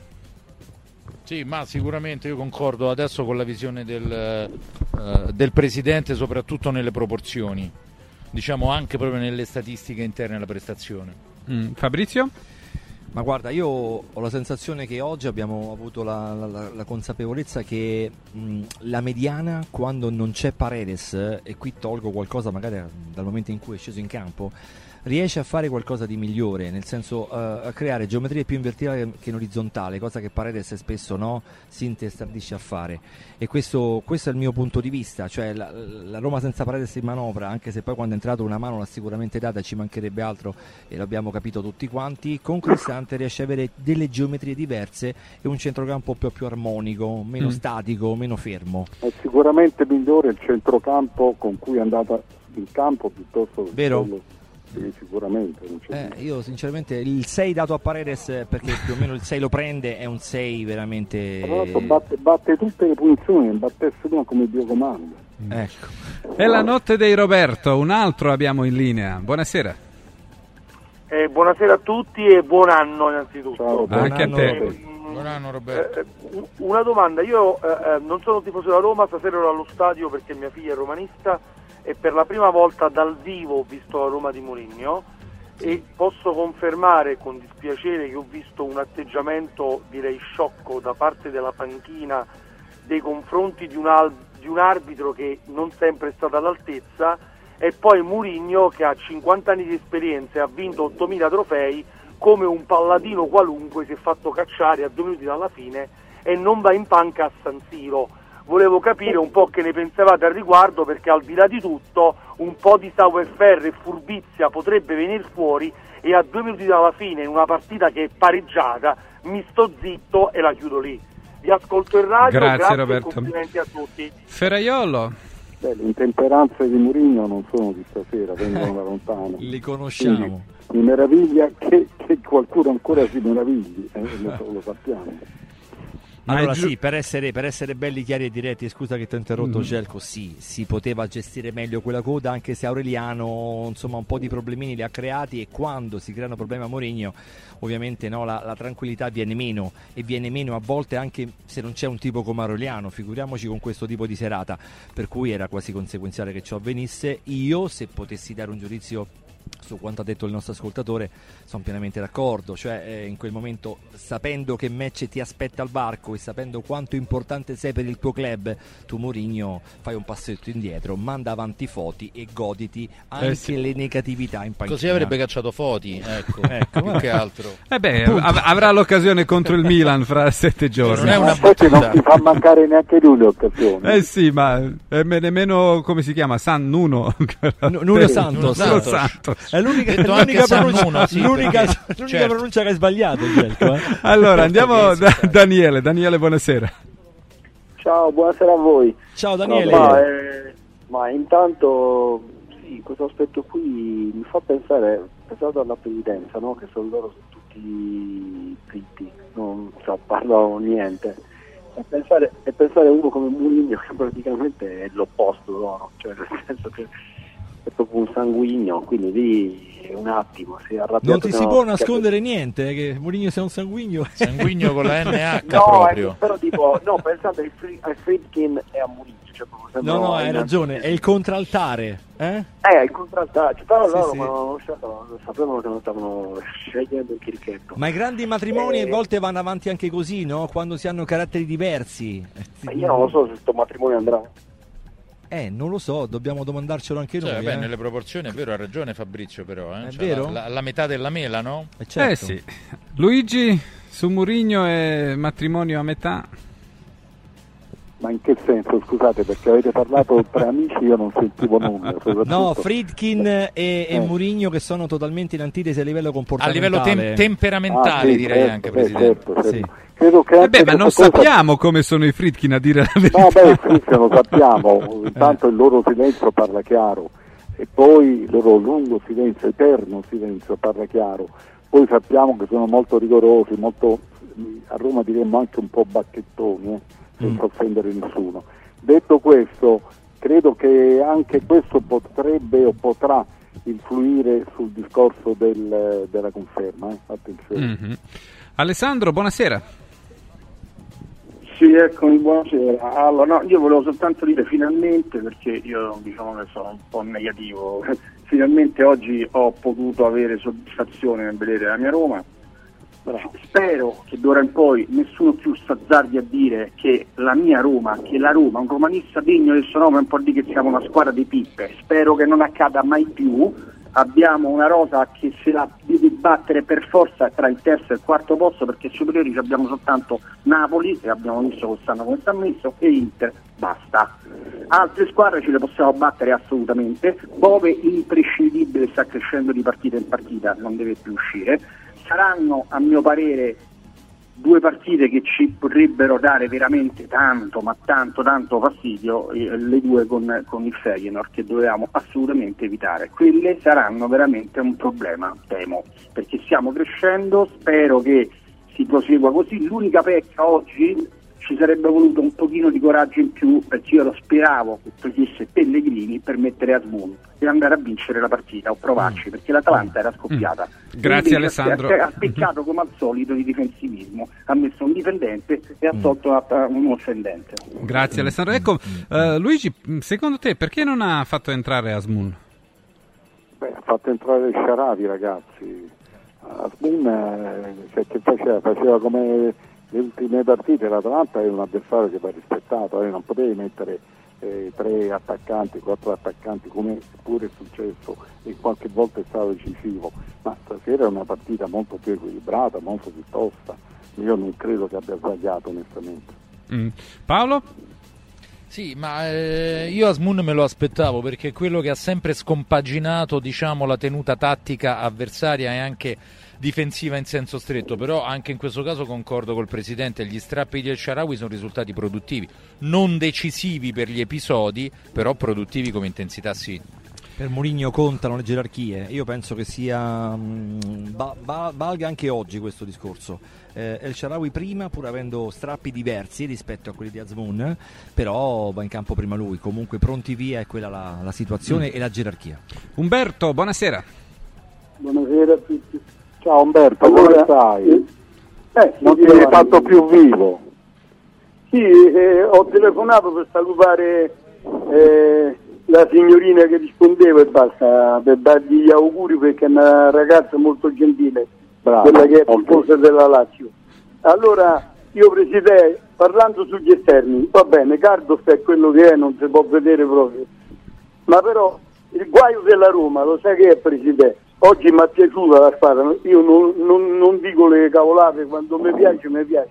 Sì, ma sicuramente io concordo adesso con la visione del, uh, del presidente, soprattutto nelle proporzioni, diciamo anche proprio nelle statistiche interne alla prestazione. Mm. Fabrizio? Ma guarda, io ho la sensazione che oggi abbiamo avuto la, la, la consapevolezza che mh, la mediana, quando non c'è Paredes, e qui tolgo qualcosa magari dal momento in cui è sceso in campo, riesce a fare qualcosa di migliore, nel senso uh, a creare geometrie più in verticale che in orizzontale, cosa che Paredes spesso no, si intestardisce a fare, e questo, questo è il mio punto di vista, cioè la, la Roma senza Paredes in manovra, anche se poi quando è entrato una mano l'ha sicuramente data, ci mancherebbe altro e l'abbiamo capito tutti quanti, con Cristante riesce ad avere delle geometrie diverse e un centrocampo più, più armonico, meno mm. statico, meno fermo. È sicuramente migliore il centrocampo con cui è andata in campo piuttosto che vero? quello. Sì, sicuramente non c'è eh, io sinceramente il sei dato a Paredes, perché più o meno il sei lo prende, è un sei veramente batte, batte tutte le punizioni, battesse una come Dio comanda. Ecco. È la notte dei Roberto, un altro abbiamo in linea. Buonasera. Eh, buonasera a tutti e buon anno innanzitutto. Ciao, buon anche anno. a te. Eh, buon anno Roberto. Eh, una domanda, io eh, non sono tifoso della Roma, stasera ero allo stadio perché mia figlia è romanista e per la prima volta dal vivo ho visto la Roma di Mourinho e posso confermare con dispiacere che ho visto un atteggiamento direi sciocco da parte della panchina nei confronti di un, al- di un arbitro che non sempre è stato all'altezza, e poi Mourinho che ha cinquanta anni di esperienza e ha vinto ottomila trofei, come un palladino qualunque si è fatto cacciare a due minuti dalla fine e non va in panca a San Siro. Volevo capire un po' che ne pensavate al riguardo, perché al di là di tutto un po' di savoir-faire e furbizia potrebbe venire fuori e a due minuti dalla fine in una partita che è pareggiata mi sto zitto e la chiudo lì. Vi ascolto in radio, grazie, grazie Roberto. e complimenti a tutti. Ferraiolo, Beh, le intemperanze di Mourinho non sono di stasera, vengono da lontano. Li conosciamo. Quindi, mi meraviglia che, che qualcuno ancora si meravigli, eh, lo, lo sappiamo. Allora sì, per essere, per essere belli, chiari e diretti, scusa che ti ho interrotto, Mm. Gelco, sì, si poteva gestire meglio quella coda, anche se Aureliano insomma un po' di problemini li ha creati, e quando si creano problemi a Mourinho ovviamente no, la, la tranquillità viene meno, e viene meno a volte anche se non c'è un tipo come Aureliano, figuriamoci con questo tipo di serata, per cui era quasi conseguenziale che ciò avvenisse. Io, se potessi dare un giudizio su quanto ha detto il nostro ascoltatore, sono pienamente d'accordo, cioè eh, in quel momento, sapendo che match ti aspetta al varco e sapendo quanto importante sei per il tuo club, tu Mourinho fai un passetto indietro, manda avanti Foti e goditi anche Eh sì. le negatività in panchina. Così avrebbe cacciato Foti, ecco, Ecco, più che altro. Eh beh, av- avrà l'occasione contro il Milan fra sette giorni. Non è una Infatti non ti fa mancare neanche lui le occasioni. Eh sì, ma è me- nemmeno, come si chiama, San Nuno. Nuno Santos. Nuno Santos. È l'unica, Detto l'unica, anche San pronuncia, Nuno, sì, l'unica, perché- l'unica certo. pronuncia che hai sbagliato, Gelco, eh. Allora, andiamo da Daniele. Daniele, buonasera. Ciao, buonasera a voi. Ciao Daniele. No, ma, eh, ma intanto sì, questo aspetto qui mi fa pensare, pensate alla previdenza, no? Che sono loro sono tutti fritti, non so, parlano niente. E pensare, e pensare a uno come Mourinho che praticamente è l'opposto loro, cioè nel senso che è proprio un sanguigno, quindi lì un attimo si è arrabbiato. Non ti che si non- può nascondere niente, eh, che Mourinho sia un sanguigno. Sanguigno con la N H No, proprio. eh, però tipo, no, pensate ai, Fri- ai Friedkin e a Mourinho, cioè proprio No, sembrano no, hai in- ragione, è il contraltare, eh? Eh, il contraltare, però Sì, loro sì. ma non stavano- sapevano che non stavano scegliendo il chirichetto. Ma i grandi matrimoni Eh. a volte vanno avanti anche così, no? Quando si hanno caratteri diversi. Eh, Io non lo so se sto matrimonio andrà. Eh, non lo so, dobbiamo domandarcelo anche Cioè, noi. beh, eh. nelle proporzioni è vero, ha ragione Fabrizio, però eh? È Cioè, vero? La, la- la metà della mela, no? Eh, certo. Eh sì. Luigi, su Mourinho e matrimonio a metà. Ma in che senso, scusate, perché avete parlato tra amici, io non sentivo nulla. soprattutto. No, Friedkin e, e Eh. Mourinho che sono totalmente in antitesi a livello A comportamentale. livello tem- temperamentale, Ah, sì, direi certo, anche, eh, Presidente. certo, certo. Sì. Credo che Eh anche beh, ma non questa cosa- sappiamo come sono i Friedkin, a dire la verità. No, beh, Friedkin lo sappiamo, intanto il loro silenzio parla chiaro, e poi il loro lungo silenzio, eterno silenzio parla chiaro. Poi sappiamo che sono molto rigorosi, molto, a Roma diremmo anche un po' bacchettoni, eh, senza offendere nessuno. Detto questo, credo che anche questo potrebbe o potrà influire sul discorso del- della conferma. Eh. Attenzione. Mhm. Alessandro, buonasera. Sì, eccomi, buonasera. Allora, no, io volevo soltanto dire finalmente, perché io diciamo che sono un po' negativo, finalmente oggi ho potuto avere soddisfazione nel vedere la mia Roma. Spero che d'ora in poi nessuno più s'azzardi a dire che la mia Roma, che la Roma, un romanista degno del suo nome, un po' di che siamo una squadra di pippe. Spero che non accada mai più. Abbiamo una rosa che se la deve battere per forza tra il terzo e il quarto posto, perché superiori abbiamo soltanto Napoli, e abbiamo visto quest'anno come sta messo, e Inter, basta. Altre squadre ce le possiamo battere assolutamente. Bove imprescindibile, sta crescendo di partita in partita, non deve più uscire. Saranno a mio parere due partite che ci potrebbero dare veramente tanto, ma tanto tanto fastidio, eh, le due con, con il Feyenoord, che dovevamo assolutamente evitare. Quelle saranno veramente un problema, temo, perché stiamo crescendo, spero che si prosegua così. L'unica pecca oggi, ci sarebbe voluto un pochino di coraggio in più, perché io lo speravo che togliesse Pellegrini per mettere Asmun e andare a vincere la partita o provarci, perché l'Atalanta era scoppiata. Mm. Grazie, Invece Alessandro. Ha, ha peccato come al solito di difensivismo, ha messo un difendente e ha tolto una- un offendente. Grazie Alessandro. Ecco, eh, Luigi, secondo te perché non ha fatto entrare Asmun? Beh, ha fatto entrare Sharawi, ragazzi. Asmun eh, cioè, che faceva, faceva come le ultime partite. L'Atalanta è un avversario che va rispettato, eh, non potevi mettere eh, tre attaccanti, quattro attaccanti, come pure è successo e qualche volta è stato decisivo, ma stasera è una partita molto più equilibrata, molto più tosta. Io non credo che abbia sbagliato, onestamente. Mm. Paolo? Sì, ma eh, io Asmun me lo aspettavo, perché è quello che ha sempre scompaginato, diciamo, la tenuta tattica avversaria e anche difensiva in senso stretto, però anche in questo caso concordo col Presidente, gli strappi di El Shaarawy sono risultati produttivi, non decisivi per gli episodi, però produttivi come intensità sì. Per Mourinho contano le gerarchie, io penso che sia mh, va, va, valga anche oggi questo discorso. eh, El Shaarawy prima, pur avendo strappi diversi rispetto a quelli di Azmoun, però va in campo prima lui, comunque pronti via è quella la, la situazione mm. e la gerarchia. Umberto, buonasera. Buonasera a tutti. Ciao Umberto, allora, come stai? Eh, non ti sei fatto più vivo. Sì, eh, ho telefonato per salutare eh, la signorina che rispondeva e basta, per dargli gli auguri perché è una ragazza molto gentile, Bravo, quella che è okay. tifosa della Lazio. Allora, io Presidente, parlando sugli esterni, va bene, Cardoff è quello che è, non si può vedere proprio, ma però il guaio della Roma, lo sai che è, Presidente? Oggi mi è piaciuta la squadra, io non, non, non dico le cavolate, quando mi piace, mi piace,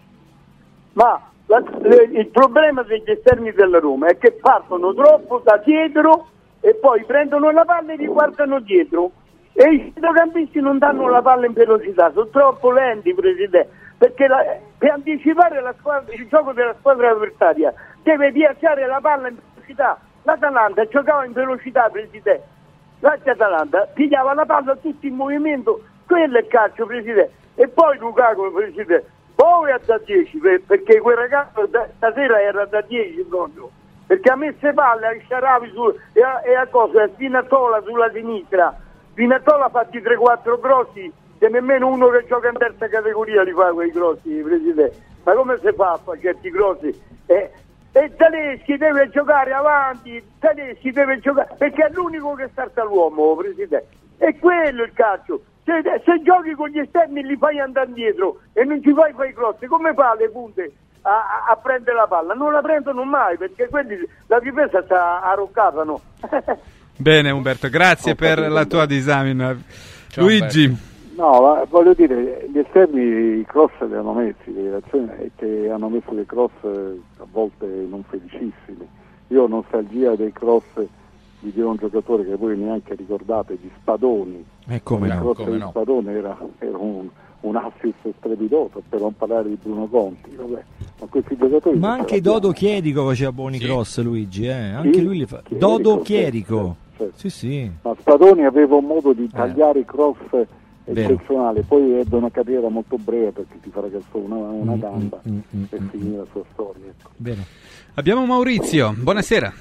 ma la, le, il problema degli esterni della Roma è che partono troppo da dietro e poi prendono la palla e li guardano dietro e i centrocampisti non danno la palla in velocità, sono troppo lenti, Presidente, perché la, per anticipare la squadra, il gioco della squadra avversaria deve piazzare la palla in velocità. L'Atalanta giocava in velocità, Presidente, l'Atalanta pigliava la palla tutti in movimento, quello è il calcio, Presidente. E poi Lukaku, Presidente, poi è da dieci, perché quel ragazzo da, stasera era da dieci proprio, perché ha messo palle a Shaarawy su, e, a, e a cosa, a Spinazzola sulla sinistra. Spinazzola ha fatti tre quattro grossi, che nemmeno uno che gioca in terza categoria li fa quei grossi, Presidente. Ma come si fa a fare certi grossi? Eh, e Tedeschi deve giocare avanti, Tedeschi deve giocare, perché è l'unico che starta l'uomo, Presidente. E quello è il calcio. Se, se giochi con gli esterni li fai andare indietro e non ci fai fai crossi, come fa le punte a, a, a prendere la palla? Non la prendono mai, perché quelli la difesa sta arroccata, no? Bene Umberto, grazie per la tua disamina. Ciao, Luigi. Umberto. No, ma voglio dire, gli esterni i cross li hanno messi, le reazioni è che hanno messo dei cross a volte non felicissimi. Io ho nostalgia dei cross di un giocatore che voi neanche ricordate, di Spadoni. E come il no, cross come di no. Spadoni era, era un, un assist strepitoso, per non parlare di Bruno Conti. Vabbè. Ma questi giocatori Ma anche Dodo Chierico faceva buoni sì. cross, Luigi, eh? Anche sì, lui li fa. Chierico, Dodo Chierico. Certo, certo. Sì, sì. Ma Spadoni aveva un modo di tagliare eh. i cross eccezionale, poi ebbe una carriera molto breve perché ti farà calciò una, una gamba mm, mm, mm, e mm, finì la sua storia. Ecco. Bene. Abbiamo Maurizio, buonasera.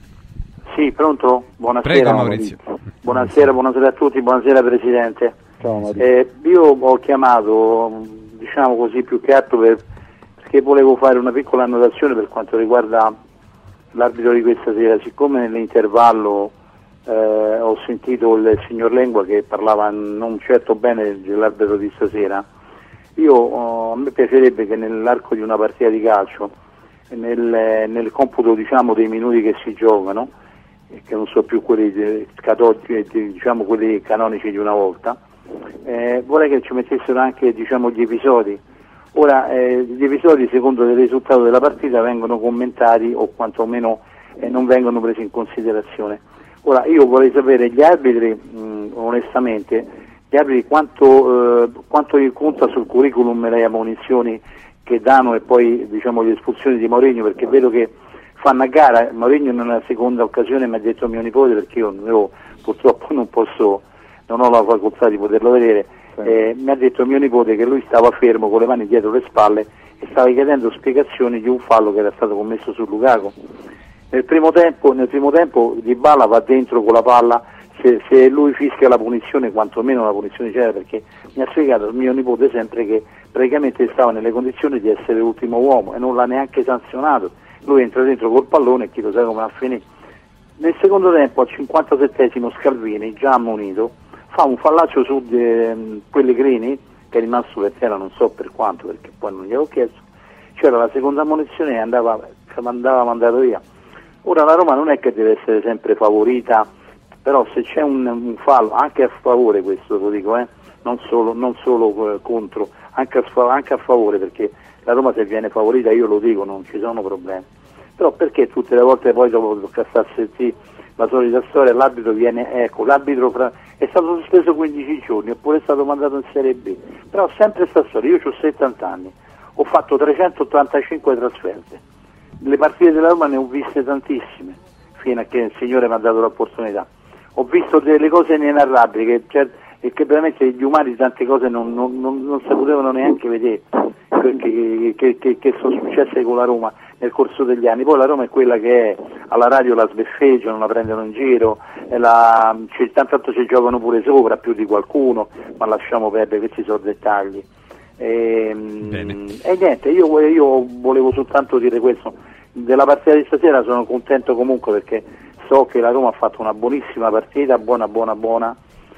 Sì, pronto? Buonasera. Prego Maurizio. Buonasera, buonasera a tutti, buonasera Presidente. Ciao Maurizio. Eh, io ho chiamato, diciamo così, più che altro per, perché volevo fare una piccola annotazione per quanto riguarda l'arbitro di questa sera, siccome nell'intervallo Eh, ho sentito il signor Lengua che parlava non certo bene dell'arbitro di stasera. Io oh, a me piacerebbe che nell'arco di una partita di calcio, nel, nel computo diciamo dei minuti che si giocano, eh, che non so più quelli de, catodici, diciamo quelli canonici di una volta, eh, vorrei che ci mettessero anche diciamo gli episodi. Ora eh, gli episodi secondo il risultato della partita vengono commentati o quantomeno eh, non vengono presi in considerazione. Ora io vorrei sapere gli arbitri, mh, onestamente, gli arbitri quanto, eh, quanto gli conta sul curriculum le ammonizioni che danno e poi diciamo le espulsioni di Mourinho, perché vedo che fanno a gara. Mourinho in una seconda occasione mi ha detto mio nipote, perché io, io purtroppo non posso, non ho la facoltà di poterlo vedere, sì. eh, mi ha detto mio nipote che lui stava fermo con le mani dietro le spalle e stava chiedendo spiegazioni di un fallo che era stato commesso su Lukaku. Nel primo tempo, nel primo tempo Dybala va dentro con la palla, se, se lui fischia la punizione, quantomeno la punizione c'era, perché mi ha spiegato mio nipote sempre che praticamente stava nelle condizioni di essere l'ultimo uomo e non l'ha neanche sanzionato. Lui entra dentro col pallone e chi lo sa come va a finire. Nel secondo tempo, al cinquantasettesimo, Scalvini, già ammonito, fa un fallaccio su de, Pellegrini, che è rimasto per terra non so per quanto, perché poi non gliel'ho chiesto. C'era la seconda ammonizione e andava, andava mandato via. Ora la Roma non è che deve essere sempre favorita, però se c'è un, un fallo, anche a favore questo lo dico, eh, non solo, non solo eh, contro, anche a, anche a favore, perché la Roma se viene favorita, io lo dico, non ci sono problemi. Però perché tutte le volte poi dopo tocca star a sentire la solita storia, l'arbitro viene, ecco, l'arbitro fra, è stato sospeso quindici giorni, oppure è stato mandato in Serie B, però sempre sta storia. Io ho settanta anni, ho fatto trecentottantacinque trasferte, le partite della Roma ne ho viste tantissime fino a che il Signore mi ha dato l'opportunità. Ho visto delle cose inenarrabili che, cioè, e che veramente gli umani tante cose non, non, non, non si potevano neanche vedere, che, che, che, che sono successe con la Roma nel corso degli anni. Poi la Roma è quella che è, alla radio la sbeffeggiano, la prendono in giro, e la, c- tanto ci giocano pure sopra più di qualcuno, ma lasciamo perdere, questi sono dettagli. E, e niente, io, io volevo soltanto dire questo, della partita di stasera sono contento comunque perché so che la Roma ha fatto una buonissima partita, buona buona buona,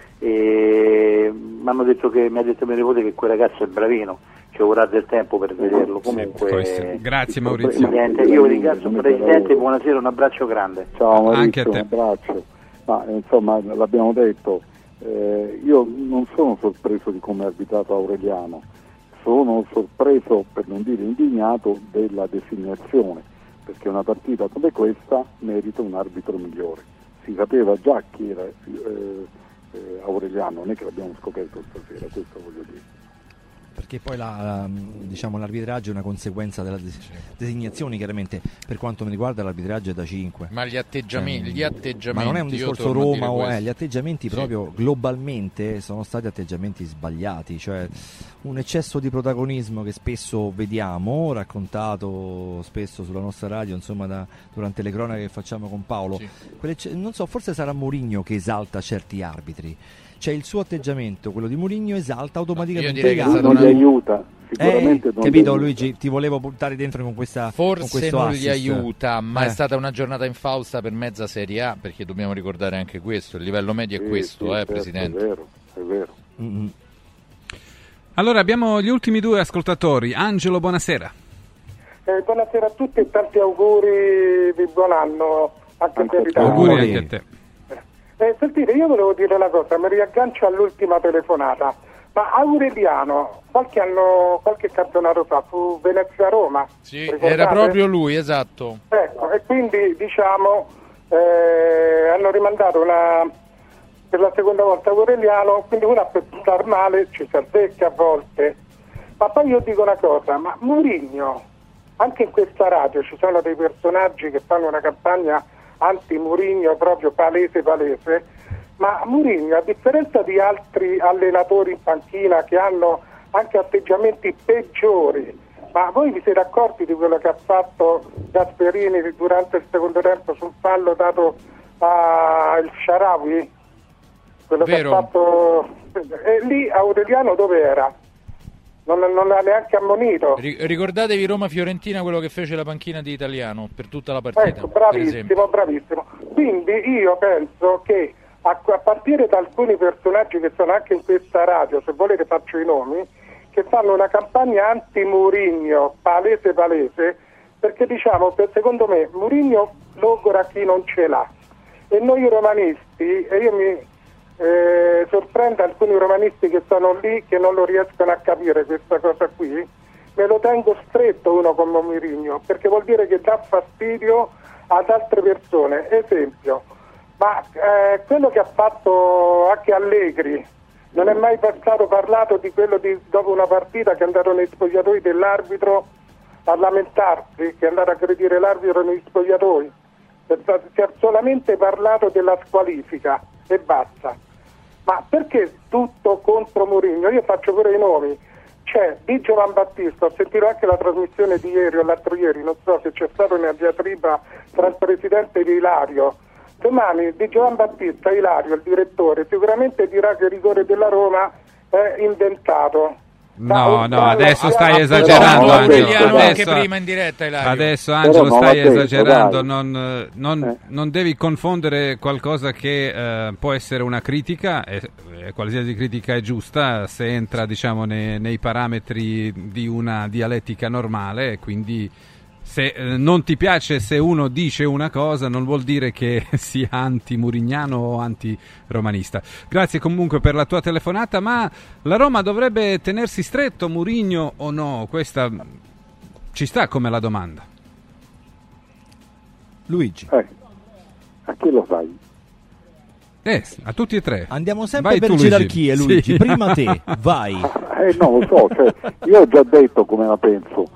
e mi hanno detto che mi ha detto mio nipote che quel ragazzo è bravino, ci vorrà del tempo per vederlo. Comunque sì, grazie Maurizio. Niente, io vi ringrazio Presidente, buonasera, un abbraccio grande. Ciao Maurizio, Anche a te. un abbraccio. Ma insomma l'abbiamo detto, eh, io non sono sorpreso di come ha arbitrato Aureliano, sono sorpreso, per non dire indignato, della designazione, perché una partita come questa merita un arbitro migliore. Si sapeva già chi era eh, eh, Aureliano, non è che l'abbiamo scoperto stasera, questo voglio dire. Perché poi la, diciamo, l'arbitraggio è una conseguenza della des- designazione, chiaramente per quanto mi riguarda l'arbitraggio è da cinque. Ma gli atteggiamenti, eh, gli atteggiamenti ma non è un discorso Roma o è, gli atteggiamenti sì. proprio globalmente sono stati atteggiamenti sbagliati, cioè un eccesso di protagonismo che spesso vediamo, raccontato spesso sulla nostra radio, insomma da, durante le cronache che facciamo con Paolo. Sì. Non so, forse sarà Mourinho che esalta certi arbitri. Cioè il suo atteggiamento, quello di Mourinho, esalta automaticamente no, il non gli aiuta sicuramente, eh, non capito gli aiuta. Luigi, ti volevo buttare dentro con questa forse con questo non assist. Gli aiuta, ma eh. è stata una giornata infausta per mezza Serie A, perché dobbiamo ricordare anche questo, il livello medio sì, è questo, sì, eh, certo, Presidente. È vero, è vero. Mm-hmm. Allora abbiamo gli ultimi due ascoltatori. Angelo, buonasera. Eh, buonasera a tutti e tanti auguri di buon anno anche, anche per l'Italia. Auguri anche a te. Eh, sentite, io volevo dire una cosa, mi riaggancio all'ultima telefonata, ma Aureliano qualche anno, qualche campionato fa fu Venezia-Roma. Sì, ricordate? Era proprio lui, esatto. Ecco, e quindi diciamo eh, hanno rimandato una, per la seconda volta Aureliano, quindi una per star male ci si azzecca a volte. Ma poi io dico una cosa, ma Mourinho, anche in questa radio ci sono dei personaggi che fanno una campagna anti-Mourinho proprio palese palese, ma Mourinho, a differenza di altri allenatori in panchina che hanno anche atteggiamenti peggiori, ma voi vi siete accorti di quello che ha fatto Gasperini durante il secondo tempo sul fallo dato al Shaarawy? Quello Vero. che ha fatto, e lì Aureliano dove era? Non, non l'ha neanche ammonito. Ricordatevi Roma-Fiorentina, quello che fece la panchina di Italiano per tutta la partita. Ecco, bravissimo, bravissimo. Quindi io penso che a, a partire da alcuni personaggi che sono anche in questa radio, se volete faccio i nomi, che fanno una campagna anti-Mourinho, palese palese, perché diciamo, per, secondo me, Mourinho logora chi non ce l'ha. E noi romanisti, e io mi... Eh, sorprende alcuni romanisti che sono lì che non lo riescono a capire questa cosa qui, me lo tengo stretto uno come Mourinho, perché vuol dire che dà fastidio ad altre persone. Esempio, ma eh, quello che ha fatto anche Allegri, non è mai passato parlato di quello di dopo una partita che è andato nei spogliatoi dell'arbitro a lamentarsi, che è andato a aggredire l'arbitro negli spogliatoi. Si è solamente parlato della squalifica e basta. Ma perché tutto contro Mourinho? Io faccio pure i nomi. C'è Di Giovan Battista, ho sentito anche la trasmissione di ieri o l'altro ieri, non so se c'è stata una diatriba tra il presidente e Ilario. Domani Di Giovan Battista, Ilario, il direttore, sicuramente dirà che il rigore della Roma è inventato. No, no, adesso stai esagerando, Angelo. Anche prima in diretta, Ilario. Adesso, Angelo, stai esagerando. Non, non, non devi confondere qualcosa che eh, può essere una critica, e, e qualsiasi critica è giusta se entra, diciamo, nei, nei parametri di una dialettica normale, e quindi se eh, non ti piace se uno dice una cosa non vuol dire che sia anti-murignano o anti-romanista. Grazie comunque per la tua telefonata, ma la Roma dovrebbe tenersi stretto Mourinho o no? Questa ci sta come la domanda. Luigi. Eh, a chi lo fai? Eh, a tutti e tre. Andiamo sempre Vai per tu, gerarchie, Luigi. Luigi. Sì. Prima te, vai. Eh no, lo so, cioè, io ho già detto come la penso.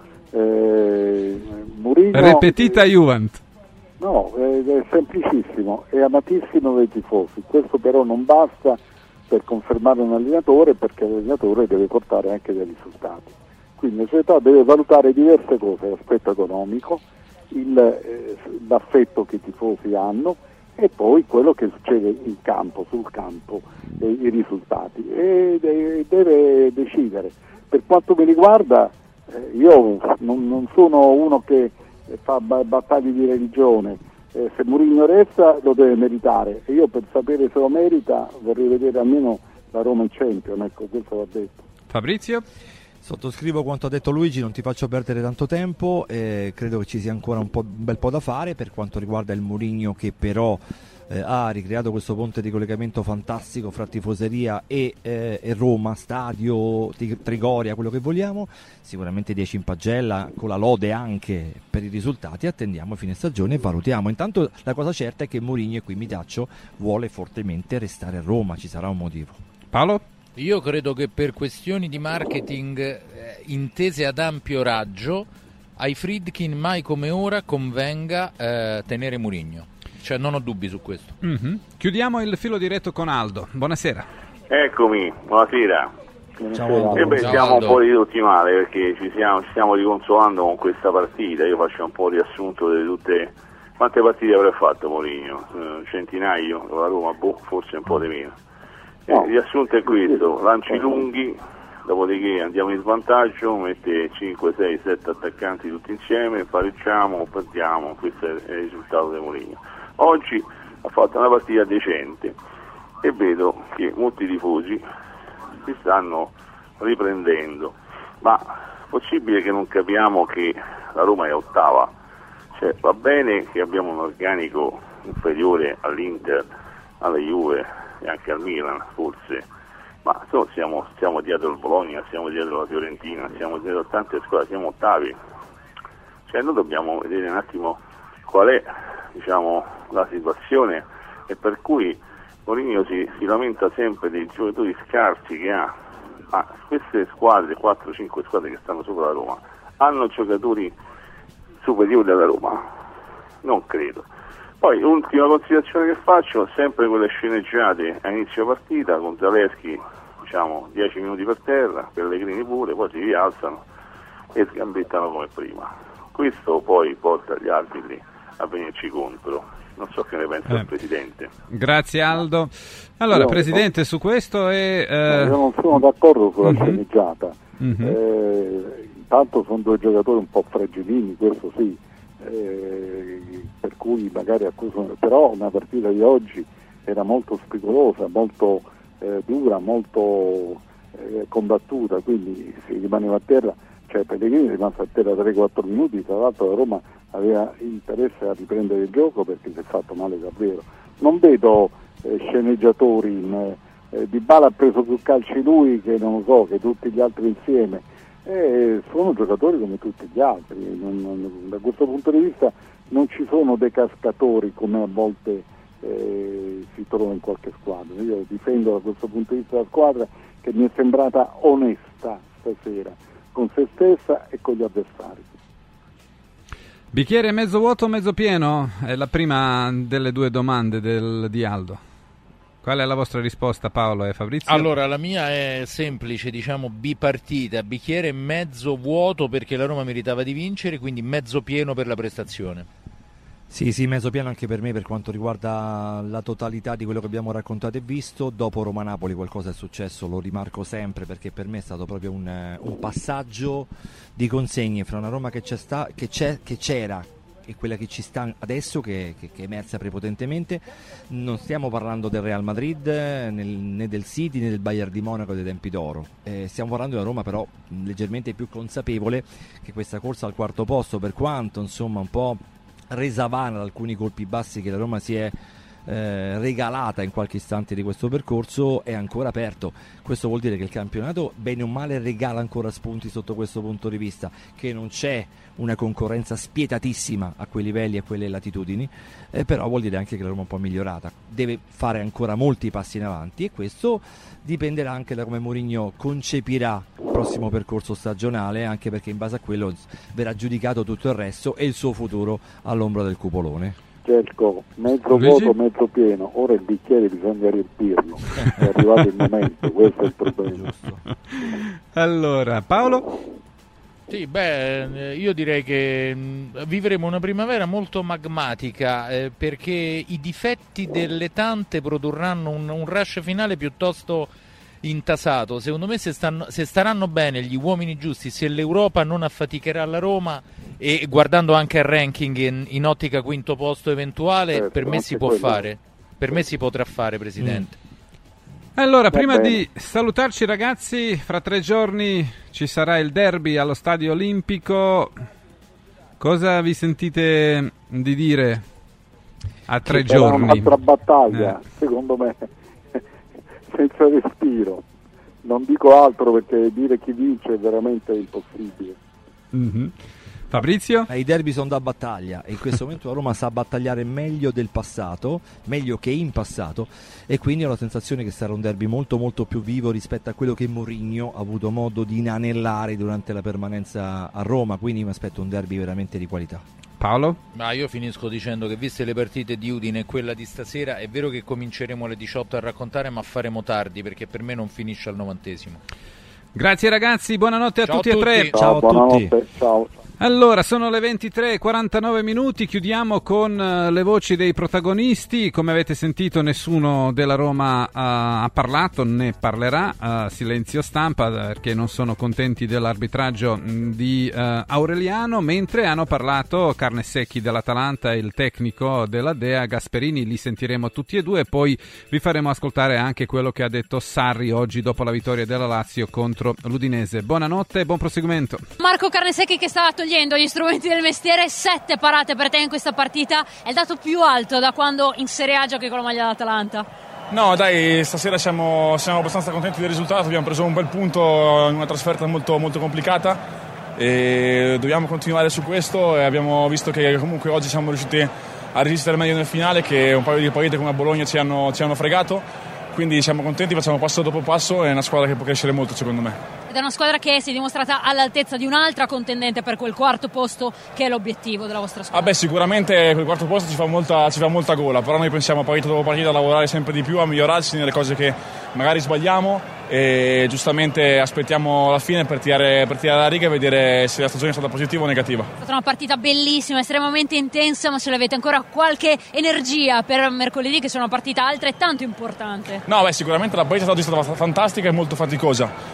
Eh, Mourinho, Repetita Juvent. no, è, è semplicissimo, è amatissimo dai tifosi. Questo però non basta per confermare un allenatore, perché l'allenatore deve portare anche dei risultati. Quindi la società deve valutare diverse cose: l'aspetto economico, il, eh, l'affetto che i tifosi hanno, e poi quello che succede in campo, sul campo, eh, i risultati, e de- deve decidere. Per quanto mi riguarda, eh, io non, non sono uno che fa ba- battaglie di religione. Eh, se Mourinho resta lo deve meritare, e io per sapere se lo merita vorrei vedere almeno la Roma in Champions, ecco, questo va detto. Fabrizio? Sottoscrivo quanto ha detto Luigi, non ti faccio perdere tanto tempo, eh, credo che ci sia ancora un, po', un bel po' da fare per quanto riguarda il Mourinho, che però eh, ha ricreato questo ponte di collegamento fantastico fra tifoseria e, eh, e Roma, stadio, Trigoria, quello che vogliamo. Sicuramente dieci in pagella, con la lode anche per i risultati. Attendiamo fine stagione e valutiamo. Intanto la cosa certa è che Mourinho, e qui mi taccio, vuole fortemente restare a Roma, ci sarà un motivo. Paolo? Io credo che per questioni di marketing eh, intese ad ampio raggio, ai Friedkin mai come ora convenga eh, tenere Mourinho. Cioè, non ho dubbi su questo. Mm-hmm. Chiudiamo il filo diretto con Aldo. Buonasera. Eccomi, buonasera. Ciao, E beh, Ciao, siamo Aldo. un po' ridotti male perché ci stiamo, ci stiamo riconsolando con questa partita. Io faccio un po' il riassunto di tutte. Quante partite avrà fatto Mourinho? Eh, centinaio, la Roma, boh, forse un po' di meno. No. Il riassunto è questo: lanci lunghi, dopodiché andiamo in svantaggio, mette cinque, sei, sette attaccanti tutti insieme, pareggiamo, perdiamo. Questo è il risultato di Mourinho. Oggi ha fatto una partita decente e vedo che molti tifosi si stanno riprendendo, ma possibile che non capiamo che la Roma è ottava? Cioè, va bene che abbiamo un organico inferiore all'Inter, alla Juve e anche al Milan forse, ma insomma, siamo, siamo dietro il Bologna, siamo dietro la Fiorentina, siamo dietro tante squadre, siamo ottavi. Cioè, noi dobbiamo vedere un attimo qual è, diciamo, la situazione, e per cui Mourinho si, si lamenta sempre dei giocatori scarsi che ha. Ma queste squadre, quattro cinque squadre che stanno sopra la Roma, hanno giocatori superiori alla Roma? Non credo. Poi l'ultima considerazione che faccio, sempre quelle sceneggiate a inizio partita, con Zalewski, diciamo dieci minuti per terra, Pellegrini pure, poi si rialzano e sgambettano come prima. Questo poi porta gli arbitri a venirci contro. Non so che ne pensa Eh. il Presidente. Grazie Aldo. Allora, Io- Presidente, su questo è... No, io non sono d'accordo sulla Mhm. sceneggiata. Mhm. Eh, intanto sono due giocatori un po' fragilini, questo sì, eh, per cui magari a questo, però una partita di oggi era molto spigolosa, molto eh, dura, molto eh, combattuta, quindi si rimaneva a terra, cioè Pellegrini è rimasto a terra tre quattro minuti, tra l'altro la Roma aveva interesse a riprendere il gioco perché si è fatto male davvero. Non vedo eh, sceneggiatori, in, eh, Dybala ha preso più calci lui che non lo so, che tutti gli altri insieme, eh, sono giocatori come tutti gli altri, non, non, da questo punto di vista non ci sono dei cascatori come a volte eh, si trova in qualche squadra. Io difendo da questo punto di vista la squadra che mi è sembrata onesta stasera con se stessa e con gli avversari. Bicchiere mezzo vuoto o mezzo pieno? È la prima delle due domande del, di Aldo. Qual è la vostra risposta, Paolo e Fabrizio? Allora, la mia è semplice, diciamo bipartita, bicchiere mezzo vuoto perché la Roma meritava di vincere, quindi mezzo pieno per la prestazione. Sì, sì, mezzo pieno anche per me per quanto riguarda la totalità di quello che abbiamo raccontato e visto. Dopo Roma-Napoli qualcosa è successo, lo rimarco sempre perché per me è stato proprio un, un passaggio di consegne fra una Roma che, c'è sta, che, c'è, che c'era e quella che ci sta adesso, che, che, che è emersa prepotentemente. Non stiamo parlando del Real Madrid, nel, né del City né del Bayern di Monaco dei tempi d'oro. Eh, stiamo parlando di una Roma però leggermente più consapevole che questa corsa al quarto posto, per quanto insomma un po' resa vana da alcuni colpi bassi che la Roma si è eh, regalata in qualche istante di questo percorso, è ancora aperto. Questo vuol dire che il campionato bene o male regala ancora spunti sotto questo punto di vista, che non c'è una concorrenza spietatissima a quei livelli e a quelle latitudini, eh, però vuol dire anche che la Roma è un po' migliorata, deve fare ancora molti passi in avanti, e questo dipenderà anche da come Mourinho concepirà il prossimo percorso stagionale, anche perché in base a quello verrà giudicato tutto il resto e il suo futuro all'ombra del cupolone. Cerco, mezzo vuoto, mezzo pieno, ora il bicchiere bisogna riempirlo, è arrivato il momento, questo è il problema. Allora, Paolo? Sì, beh, io direi che mh, vivremo una primavera molto magmatica, eh, perché i difetti delle tante produrranno un, un rush finale piuttosto intasato. Secondo me se, stanno, se staranno bene gli uomini giusti, se l'Europa non affaticherà la Roma, e guardando anche il ranking in, in ottica quinto posto eventuale, certo, per me si può quello. fare, per me si potrà fare, Presidente. Mm. Allora, prima di salutarci ragazzi, fra tre giorni ci sarà il derby allo Stadio Olimpico. Cosa vi sentite di dire a tre Ci giorni? Sarà un'altra battaglia, eh. secondo me, senza respiro. Non dico altro perché dire chi vince è veramente impossibile. Mm-hmm. Fabrizio? I derby sono da battaglia e in questo momento la Roma sa battagliare meglio del passato, meglio che in passato, e quindi ho la sensazione che sarà un derby molto molto più vivo rispetto a quello che Mourinho ha avuto modo di inanellare durante la permanenza a Roma, quindi mi aspetto un derby veramente di qualità. Paolo? Ma io finisco dicendo che, viste le partite di Udine e quella di stasera, è vero che cominceremo alle diciotto a raccontare, ma faremo tardi perché per me non finisce al novantesimo. Grazie ragazzi, buonanotte a Ciao tutti a e tre. tutti. Ciao a tutti. Ciao. Allora, sono le ventitré e quarantanove minuti, chiudiamo con uh, le voci dei protagonisti. Come avete sentito, nessuno della Roma uh, ha parlato, né parlerà, uh, silenzio stampa, perché non sono contenti dell'arbitraggio mh, di uh, Aureliano, mentre hanno parlato Carnesecchi dell'Atalanta e il tecnico della Dea Gasperini. Li sentiremo tutti e due, poi vi faremo ascoltare anche quello che ha detto Sarri oggi dopo la vittoria della Lazio contro l'Udinese. Buonanotte e buon proseguimento. Marco Carnesecchi, che sta togliendo gli strumenti del mestiere, sette parate per te in questa partita, è il dato più alto da quando in Serie A giochi con la maglia dell'Atalanta. No dai, stasera siamo, siamo abbastanza contenti del risultato, abbiamo preso un bel punto in una trasferta molto, molto complicata e dobbiamo continuare su questo, e abbiamo visto che comunque oggi siamo riusciti a resistere meglio nel finale, che un paio di partite come a Bologna ci hanno, ci hanno fregato, quindi siamo contenti, facciamo passo dopo passo, è una squadra che può crescere molto secondo me. Ed è una squadra che si è dimostrata all'altezza di un'altra contendente per quel quarto posto che è l'obiettivo della vostra squadra. Ah beh, sicuramente quel quarto posto ci fa molta, ci fa molta gola, però noi pensiamo partita dopo partita a lavorare sempre di più, a migliorarci nelle cose che magari sbagliamo, e giustamente aspettiamo la fine per tirare, per tirare la riga e vedere se la stagione è stata positiva o negativa. È stata una partita bellissima, estremamente intensa, ma se avete ancora qualche energia per mercoledì, che è una partita altrettanto importante? No, beh, sicuramente la partita oggi è stata fantastica e molto faticosa.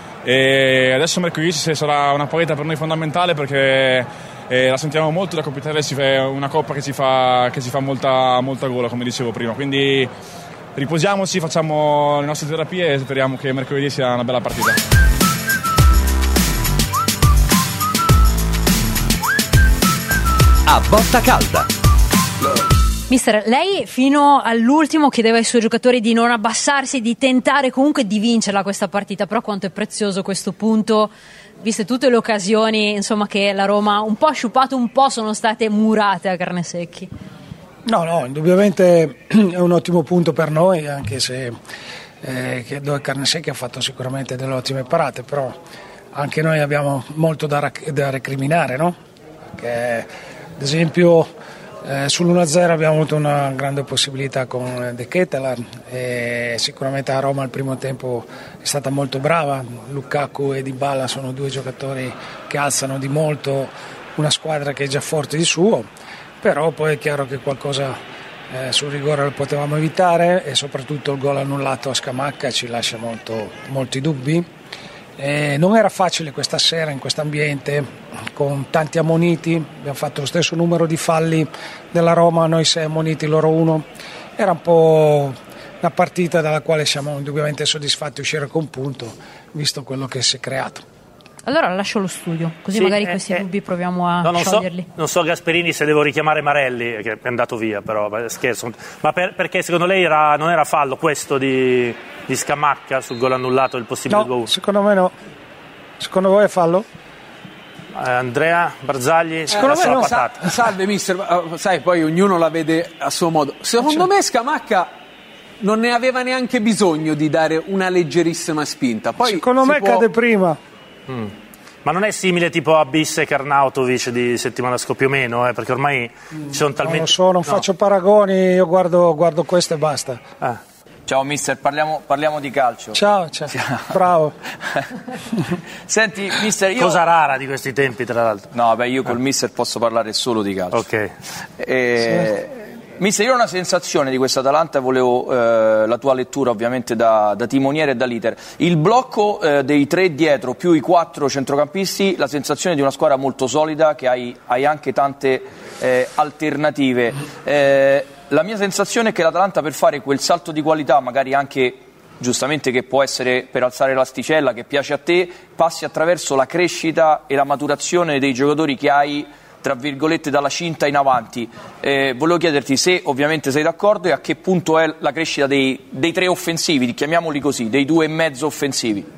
E adesso mercoledì sarà una partita per noi fondamentale, perché eh, la sentiamo molto, la Coppa Italia si fa una coppa che ci fa, che ci fa molta, molta gola, come dicevo prima, quindi riposiamoci, facciamo le nostre terapie e speriamo che mercoledì sia una bella partita. A botta calda. Mister, lei fino all'ultimo chiedeva ai suoi giocatori di non abbassarsi, di tentare comunque di vincerla questa partita, però quanto è prezioso questo punto, viste tutte le occasioni insomma che la Roma un po' ha sciupato, un po' sono state murate a Carnesecchi. No, no, indubbiamente è un ottimo punto per noi, anche se eh, che dove Carnesecchi ha fatto sicuramente delle ottime parate, però anche noi abbiamo molto da, rac- da recriminare, no? Perché ad esempio Eh, sull'uno a zero abbiamo avuto una grande possibilità con De Ketelaere e sicuramente a Roma al primo tempo è stata molto brava. Lukaku e Dybala sono due giocatori che alzano di molto una squadra che è già forte di suo, però poi è chiaro che qualcosa eh, sul rigore lo potevamo evitare, e soprattutto il gol annullato a Scamacca ci lascia molto, molti dubbi. Eh, non era facile questa sera in questo ambiente con tanti ammoniti, abbiamo fatto lo stesso numero di falli della Roma, noi sei ammoniti, loro uno, era un po' una partita dalla quale siamo indubbiamente soddisfatti di uscire con un punto visto quello che si è creato. Allora lascio lo studio, così Sì, magari eh, questi eh. dubbi proviamo a No, non so, scioglierli. non so Gasperini se devo richiamare Marelli, che è andato via, però beh, scherzo. Ma per- perché secondo lei era, non era fallo questo di, di Scamacca sul gol annullato, il possibile No, gol? secondo me no. Secondo voi è fallo? Eh, Andrea Barzagli, Secondo eh, me sulla no. patata. Sa- salve mister, uh, sai, poi ognuno la vede a suo modo. Secondo me Scamacca non ne aveva neanche bisogno di dare una leggerissima spinta. Poi Secondo si me può... cade prima. Mm. Ma non è simile tipo a Bis e Karnautovic di settimana scorsa, più o meno, eh, perché ormai ci sono talmente... Non lo so, non no. faccio paragoni, io guardo, guardo questo e basta. Ah. Ciao mister, parliamo, parliamo di calcio. Ciao, ciao. Bravo. Senti mister, io... Cosa rara di questi tempi, tra l'altro. No, beh, io col mister posso parlare solo di calcio. Ok. Eh, mister, io ho una sensazione di questa Atalanta e volevo eh, la tua lettura ovviamente da, da timoniere e da leader. Il blocco eh, dei tre dietro più i quattro centrocampisti, la sensazione di una squadra molto solida che hai, hai anche tante eh, alternative. Eh, la mia sensazione è che l'Atalanta per fare quel salto di qualità, magari anche giustamente che può essere per alzare l'asticella, che piace a te, passi attraverso la crescita e la maturazione dei giocatori che hai tra virgolette dalla cinta in avanti. Eh, volevo chiederti se ovviamente sei d'accordo e a che punto è la crescita dei, dei tre offensivi, chiamiamoli così, dei due e mezzo offensivi.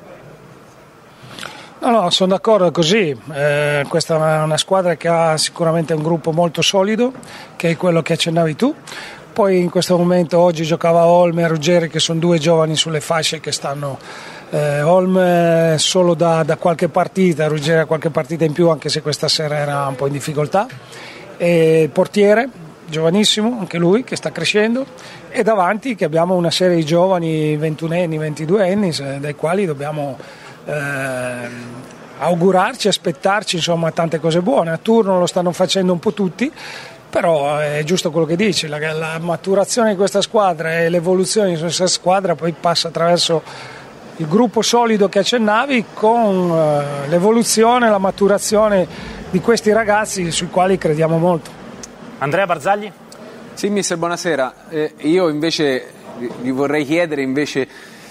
No, no, sono d'accordo, è così. Eh, questa è una, una squadra che ha sicuramente un gruppo molto solido, che è quello che accennavi tu. Poi in questo momento oggi giocava Olme e Ruggeri, che sono due giovani sulle fasce che stanno... Eh, Olme solo da, da qualche partita, Ruggeri qualche partita in più, anche se questa sera era un po' in difficoltà. E il portiere, giovanissimo, anche lui, che sta crescendo. E davanti che abbiamo una serie di giovani ventunenni, ventiduenni, dai quali dobbiamo... Eh, augurarci, aspettarci insomma tante cose buone. A turno lo stanno facendo un po' tutti, però è giusto quello che dici, la, la maturazione di questa squadra e l'evoluzione di questa squadra poi passa attraverso il gruppo solido che accennavi con eh, l'evoluzione, la maturazione di questi ragazzi sui quali crediamo molto. Andrea Barzagli? Sì mister, buonasera. Eh, io invece vi vorrei chiedere invece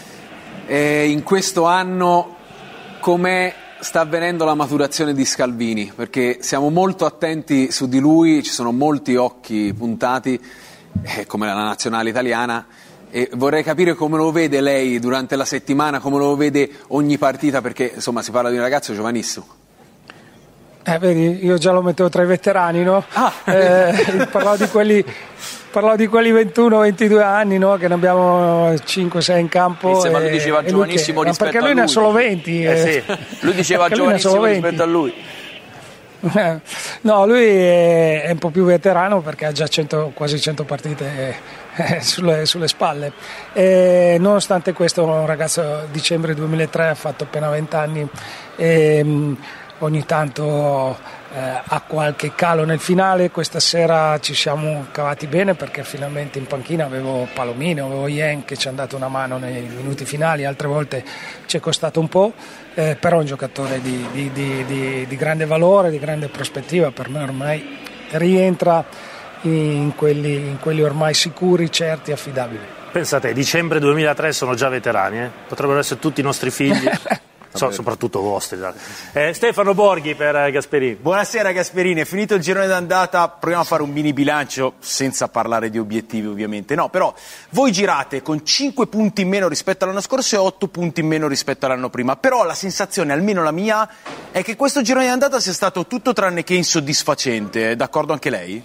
eh, in questo anno come sta avvenendo la maturazione di Scalvini, perché siamo molto attenti su di lui, ci sono molti occhi puntati, eh, come la nazionale italiana, e vorrei capire come lo vede lei durante la settimana, come lo vede ogni partita, perché insomma si parla di un ragazzo giovanissimo. Eh, vedi, io già lo mettevo tra i veterani, no? Ah. Eh, parlavo di quelli... Parlavo di quelli ventuno ventidue anni, no? Che ne abbiamo cinque sei in campo. Sì, e, ma lui diceva giovanissimo che, rispetto perché a lui. Perché lui ne ha solo venti. Eh, sì. Lui diceva giovanissimo rispetto a lui. No, lui è, è un po' più veterano perché ha già cento, quasi cento partite eh, sulle, sulle spalle. E nonostante questo, un ragazzo a dicembre duemilatré ha fatto appena venti anni e mh, ogni tanto... Eh, ha qualche calo nel finale. Questa sera ci siamo cavati bene perché finalmente in panchina avevo Palomino, avevo Yen che ci hanno dato una mano nei minuti finali, altre volte ci è costato un po', eh, però è un giocatore di, di, di, di, di grande valore, di grande prospettiva. Per me ormai rientra in quelli, in quelli ormai sicuri, certi, affidabili. Pensate, dicembre duemilatré sono già veterani, eh? Potrebbero essere tutti i nostri figli. So, soprattutto vostri. Eh, Stefano Borghi per Gasperini. Buonasera Gasperini, è finito il girone d'andata, proviamo a fare un mini bilancio senza parlare di obiettivi ovviamente. No, però voi girate con cinque punti in meno rispetto all'anno scorso e otto punti in meno rispetto all'anno prima, però la sensazione, almeno la mia, è che questo girone d'andata sia stato tutto tranne che insoddisfacente. È d'accordo anche lei?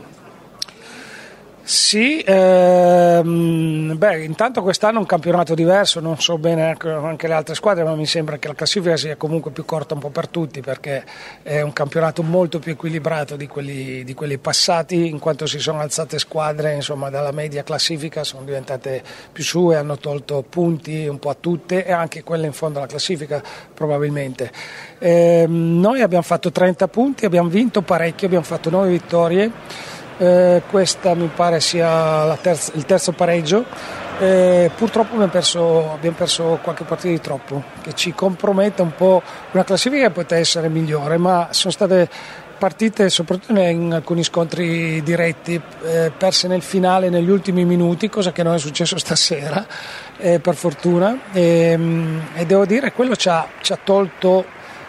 Sì, ehm, beh, intanto quest'anno è un campionato diverso, non so bene anche le altre squadre, ma mi sembra che la classifica sia comunque più corta un po' per tutti, perché è un campionato molto più equilibrato di quelli, di quelli passati, in quanto si sono alzate squadre, insomma, dalla media classifica, sono diventate più su e hanno tolto punti un po' a tutte, e anche quelle in fondo alla classifica probabilmente. Ehm, noi abbiamo fatto trenta punti, abbiamo vinto parecchio, abbiamo fatto nove vittorie. Eh, questa mi pare sia la terza, il terzo pareggio. Eh, purtroppo abbiamo perso, abbiamo perso qualche partita di troppo, che ci compromette un po' una classifica che poteva essere migliore, ma sono state partite soprattutto in alcuni scontri diretti eh, perse nel finale, negli ultimi minuti, cosa che non è successo stasera, eh, per fortuna, e, e devo dire quello ci ha, ci ha tolto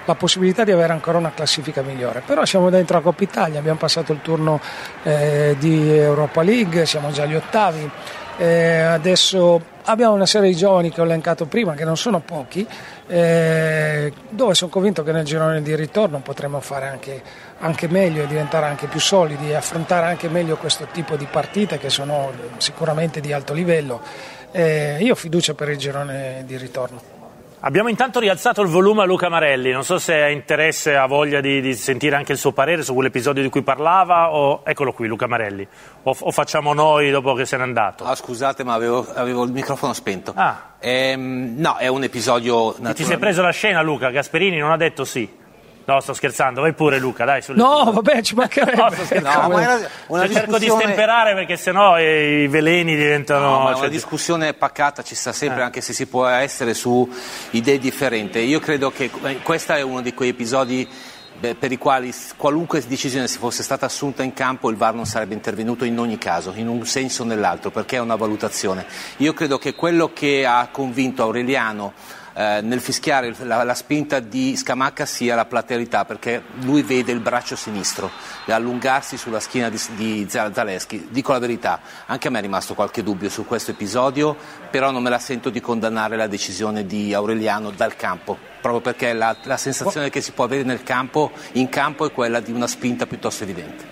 la possibilità di avere ancora una classifica migliore. Però siamo dentro la Coppa Italia, abbiamo passato il turno eh, di Europa League, siamo già agli ottavi, eh, adesso abbiamo una serie di giovani che ho elencato prima, che non sono pochi, eh, dove sono convinto che nel girone di ritorno potremo fare anche, anche meglio e diventare anche più solidi e affrontare anche meglio questo tipo di partite che sono sicuramente di alto livello. Eh, io ho fiducia per il girone di ritorno. Abbiamo intanto rialzato il volume a Luca Marelli, non so se ha interesse, ha voglia di, di sentire anche il suo parere su quell'episodio di cui parlava, o eccolo qui Luca Marelli, o, o facciamo noi dopo che se n'è andato? Ah, scusate, ma avevo, avevo il microfono spento. Ah. Ehm, no, è un episodio naturalmente... Ti sei preso la scena, Luca? Gasperini non ha detto sì. No, sto scherzando, vai pure Luca, dai. Sulle... No, vabbè, ci mancherebbe. No, sto scherzando. No, ma era una cioè, discussione... Cerco di stemperare perché sennò i veleni diventano... No, ma è cioè... una discussione pacata, ci sta sempre, eh. anche se si può essere su idee differenti. Io credo che questo è uno di quei episodi per i quali qualunque decisione si fosse stata assunta in campo il V A R non sarebbe intervenuto in ogni caso, in un senso o nell'altro, perché è una valutazione. Io credo che quello che ha convinto Aureliano Eh, nel fischiare la, la spinta di Scamacca sia la platealità, perché lui vede il braccio sinistro allungarsi sulla schiena di, di Zaleschi. Dico la verità, anche a me è rimasto qualche dubbio su questo episodio, però non me la sento di condannare la decisione di Aureliano dal campo, proprio perché la, la sensazione che si può avere nel campo, in campo è quella di una spinta piuttosto evidente.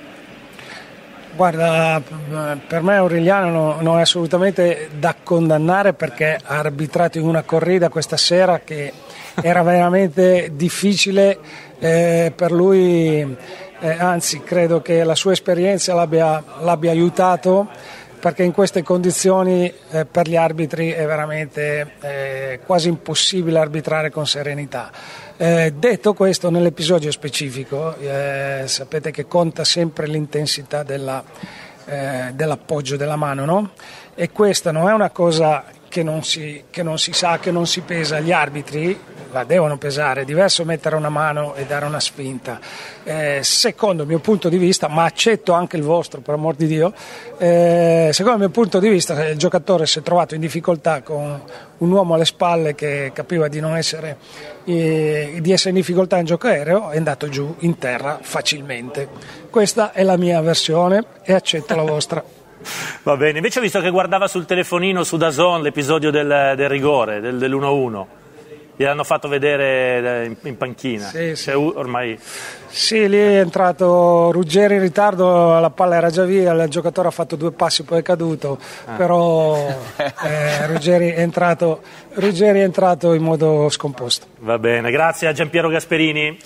Guarda, per me Aureliano non è assolutamente da condannare, perché ha arbitrato in una corrida questa sera che era veramente difficile eh, per lui, eh, anzi credo che la sua esperienza l'abbia, l'abbia aiutato, perché in queste condizioni eh, per gli arbitri è veramente eh, quasi impossibile arbitrare con serenità. Eh, detto questo, nell'episodio specifico eh, sapete che conta sempre l'intensità della, eh, dell'appoggio della mano, no? E questa non è una cosa che non si, che non si sa, che non si pesa. Gli arbitri la devono pesare, è diverso mettere una mano e dare una spinta. Eh, secondo il mio punto di vista, ma accetto anche il vostro per amor di Dio, eh, secondo il mio punto di vista il giocatore si è trovato in difficoltà con un uomo alle spalle che capiva di non essere eh, di essere in difficoltà in gioco aereo, è andato giù in terra facilmente. Questa è la mia versione e accetto la vostra. Va bene, invece ho visto che guardava sul telefonino su D A Z N l'episodio del, del rigore, del, dell'uno a uno. Gliel'hanno fatto vedere in, in panchina. Sì, sì. Cioè, ormai... sì, lì è entrato Ruggeri in ritardo, la palla era già via, il giocatore ha fatto due passi, poi è caduto, ah. però eh, Ruggeri, è entrato, Ruggeri è entrato in modo scomposto. Va bene, grazie a Giampiero Gasperini.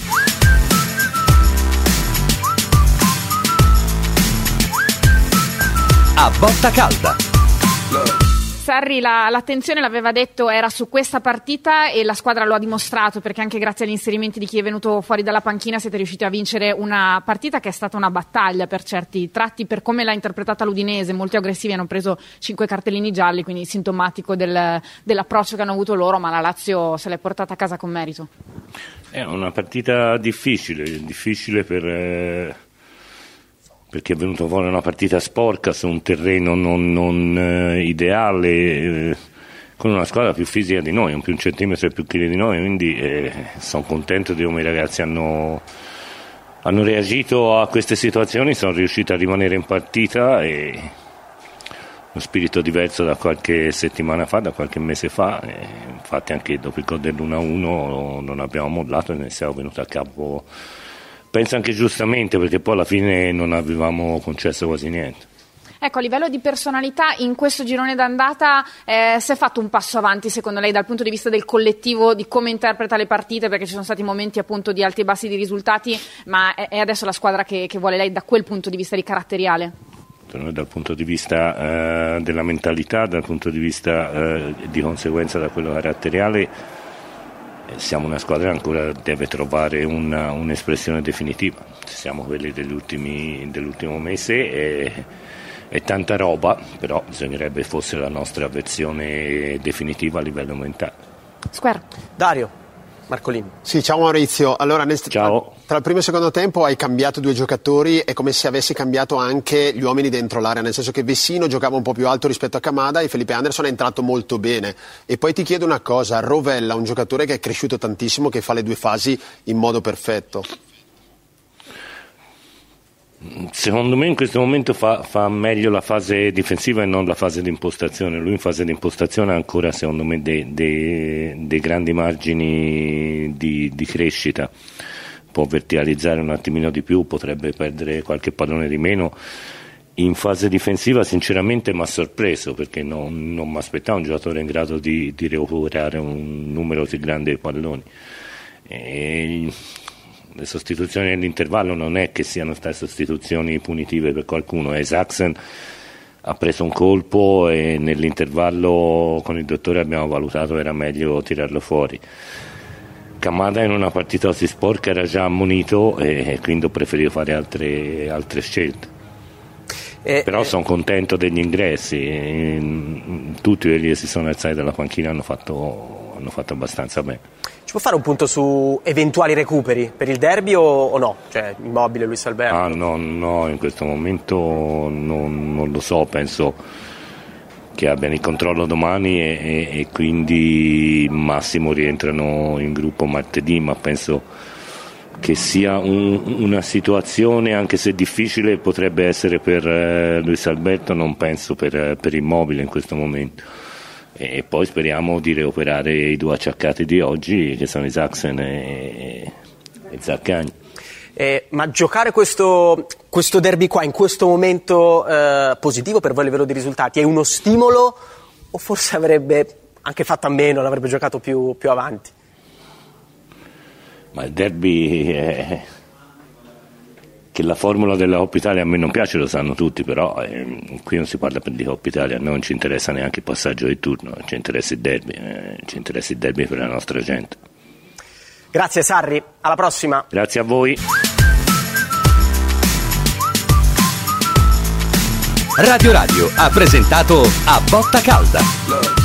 A botta calda. Sarri la, l'attenzione, l'aveva detto, era su questa partita e la squadra lo ha dimostrato, perché anche grazie agli inserimenti di chi è venuto fuori dalla panchina siete riusciti a vincere una partita che è stata una battaglia per certi tratti, per come l'ha interpretata l'Udinese. Molti aggressivi hanno preso cinque cartellini gialli, quindi sintomatico del, dell'approccio che hanno avuto loro, ma la Lazio se l'è portata a casa con merito. È una partita difficile, difficile per... Eh... perché è venuto fuori una partita sporca su un terreno non, non eh, ideale, eh, con una squadra più fisica di noi, un più un centimetro e più chili di noi, quindi eh, sono contento di come i ragazzi hanno, hanno reagito a queste situazioni, sono riusciti a rimanere in partita e uno spirito diverso da qualche settimana fa, da qualche mese fa, e infatti anche dopo il gol dell'uno a uno non abbiamo mollato e ne siamo venuti a capo. Penso anche giustamente, perché poi alla fine non avevamo concesso quasi niente. Ecco, a livello di personalità in questo girone d'andata eh, si è fatto un passo avanti secondo lei dal punto di vista del collettivo, di come interpreta le partite, perché ci sono stati momenti appunto di alti e bassi di risultati, ma è, è adesso la squadra che, che vuole lei da quel punto di vista di caratteriale? Dal punto di vista eh, della mentalità, dal punto di vista eh, di conseguenza da quello caratteriale, siamo una squadra che ancora deve trovare una, un'espressione definitiva. Siamo quelli degli ultimi, dell'ultimo mese e, e tanta roba, però bisognerebbe fosse la nostra versione definitiva a livello mentale. Square. Dario Marcolini. Sì, ciao Maurizio. Allora, nel... Ciao. tra il primo e il secondo tempo hai cambiato due giocatori, è come se avessi cambiato anche gli uomini dentro l'area, nel senso che Vessino giocava un po' più alto rispetto a Kamada e Felipe Anderson è entrato molto bene. E poi ti chiedo una cosa, Rovella, un giocatore che è cresciuto tantissimo, che fa le due fasi in modo perfetto. Secondo me in questo momento fa, fa meglio la fase difensiva e non la fase di impostazione. Lui in fase di impostazione ha ancora secondo me dei, dei, dei grandi margini di, di crescita, può verticalizzare un attimino di più, potrebbe perdere qualche pallone di meno. In fase difensiva sinceramente mi ha sorpreso, perché non, non mi aspettavo un giocatore in grado di, di recuperare un numero così grande di palloni. E le sostituzioni nell'intervallo non è che siano state sostituzioni punitive per qualcuno, e Saxen ha preso un colpo e nell'intervallo con il dottore abbiamo valutato che era meglio tirarlo fuori. Kamada in una partita così sporca era già ammonito e quindi ho preferito fare altre, altre scelte. Eh, però eh. sono contento degli ingressi, tutti quelli che si sono alzati dalla panchina hanno fatto, hanno fatto abbastanza bene. Ci può fare un punto su eventuali recuperi per il derby o, o no? Cioè Immobile, Luis Alberto? Ah, no, no, in questo momento non, non lo so, penso che abbiano il controllo domani e, e, e quindi massimo rientrano in gruppo martedì, ma penso che sia un, una situazione, anche se difficile, potrebbe essere per eh, Luis Alberto, non penso per, per Immobile in questo momento. E poi speriamo di recuperare i due acciaccati di oggi, che sono i Saxen e, e Zaccagni. Eh, ma giocare questo, questo derby qua in questo momento eh, positivo per voi a livello di risultati è uno stimolo, o forse avrebbe anche fatto a meno, l'avrebbe giocato più, più avanti? Ma il derby è... che la formula della Coppa Italia a me non piace, lo sanno tutti, però eh, qui non si parla per di Coppa Italia, a noi non ci interessa neanche il passaggio di turno, ci interessa il derby, eh, ci interessa il derby per la nostra gente. Grazie Sarri, alla prossima. Grazie a voi. Radio Radio ha presentato A Botta Calda.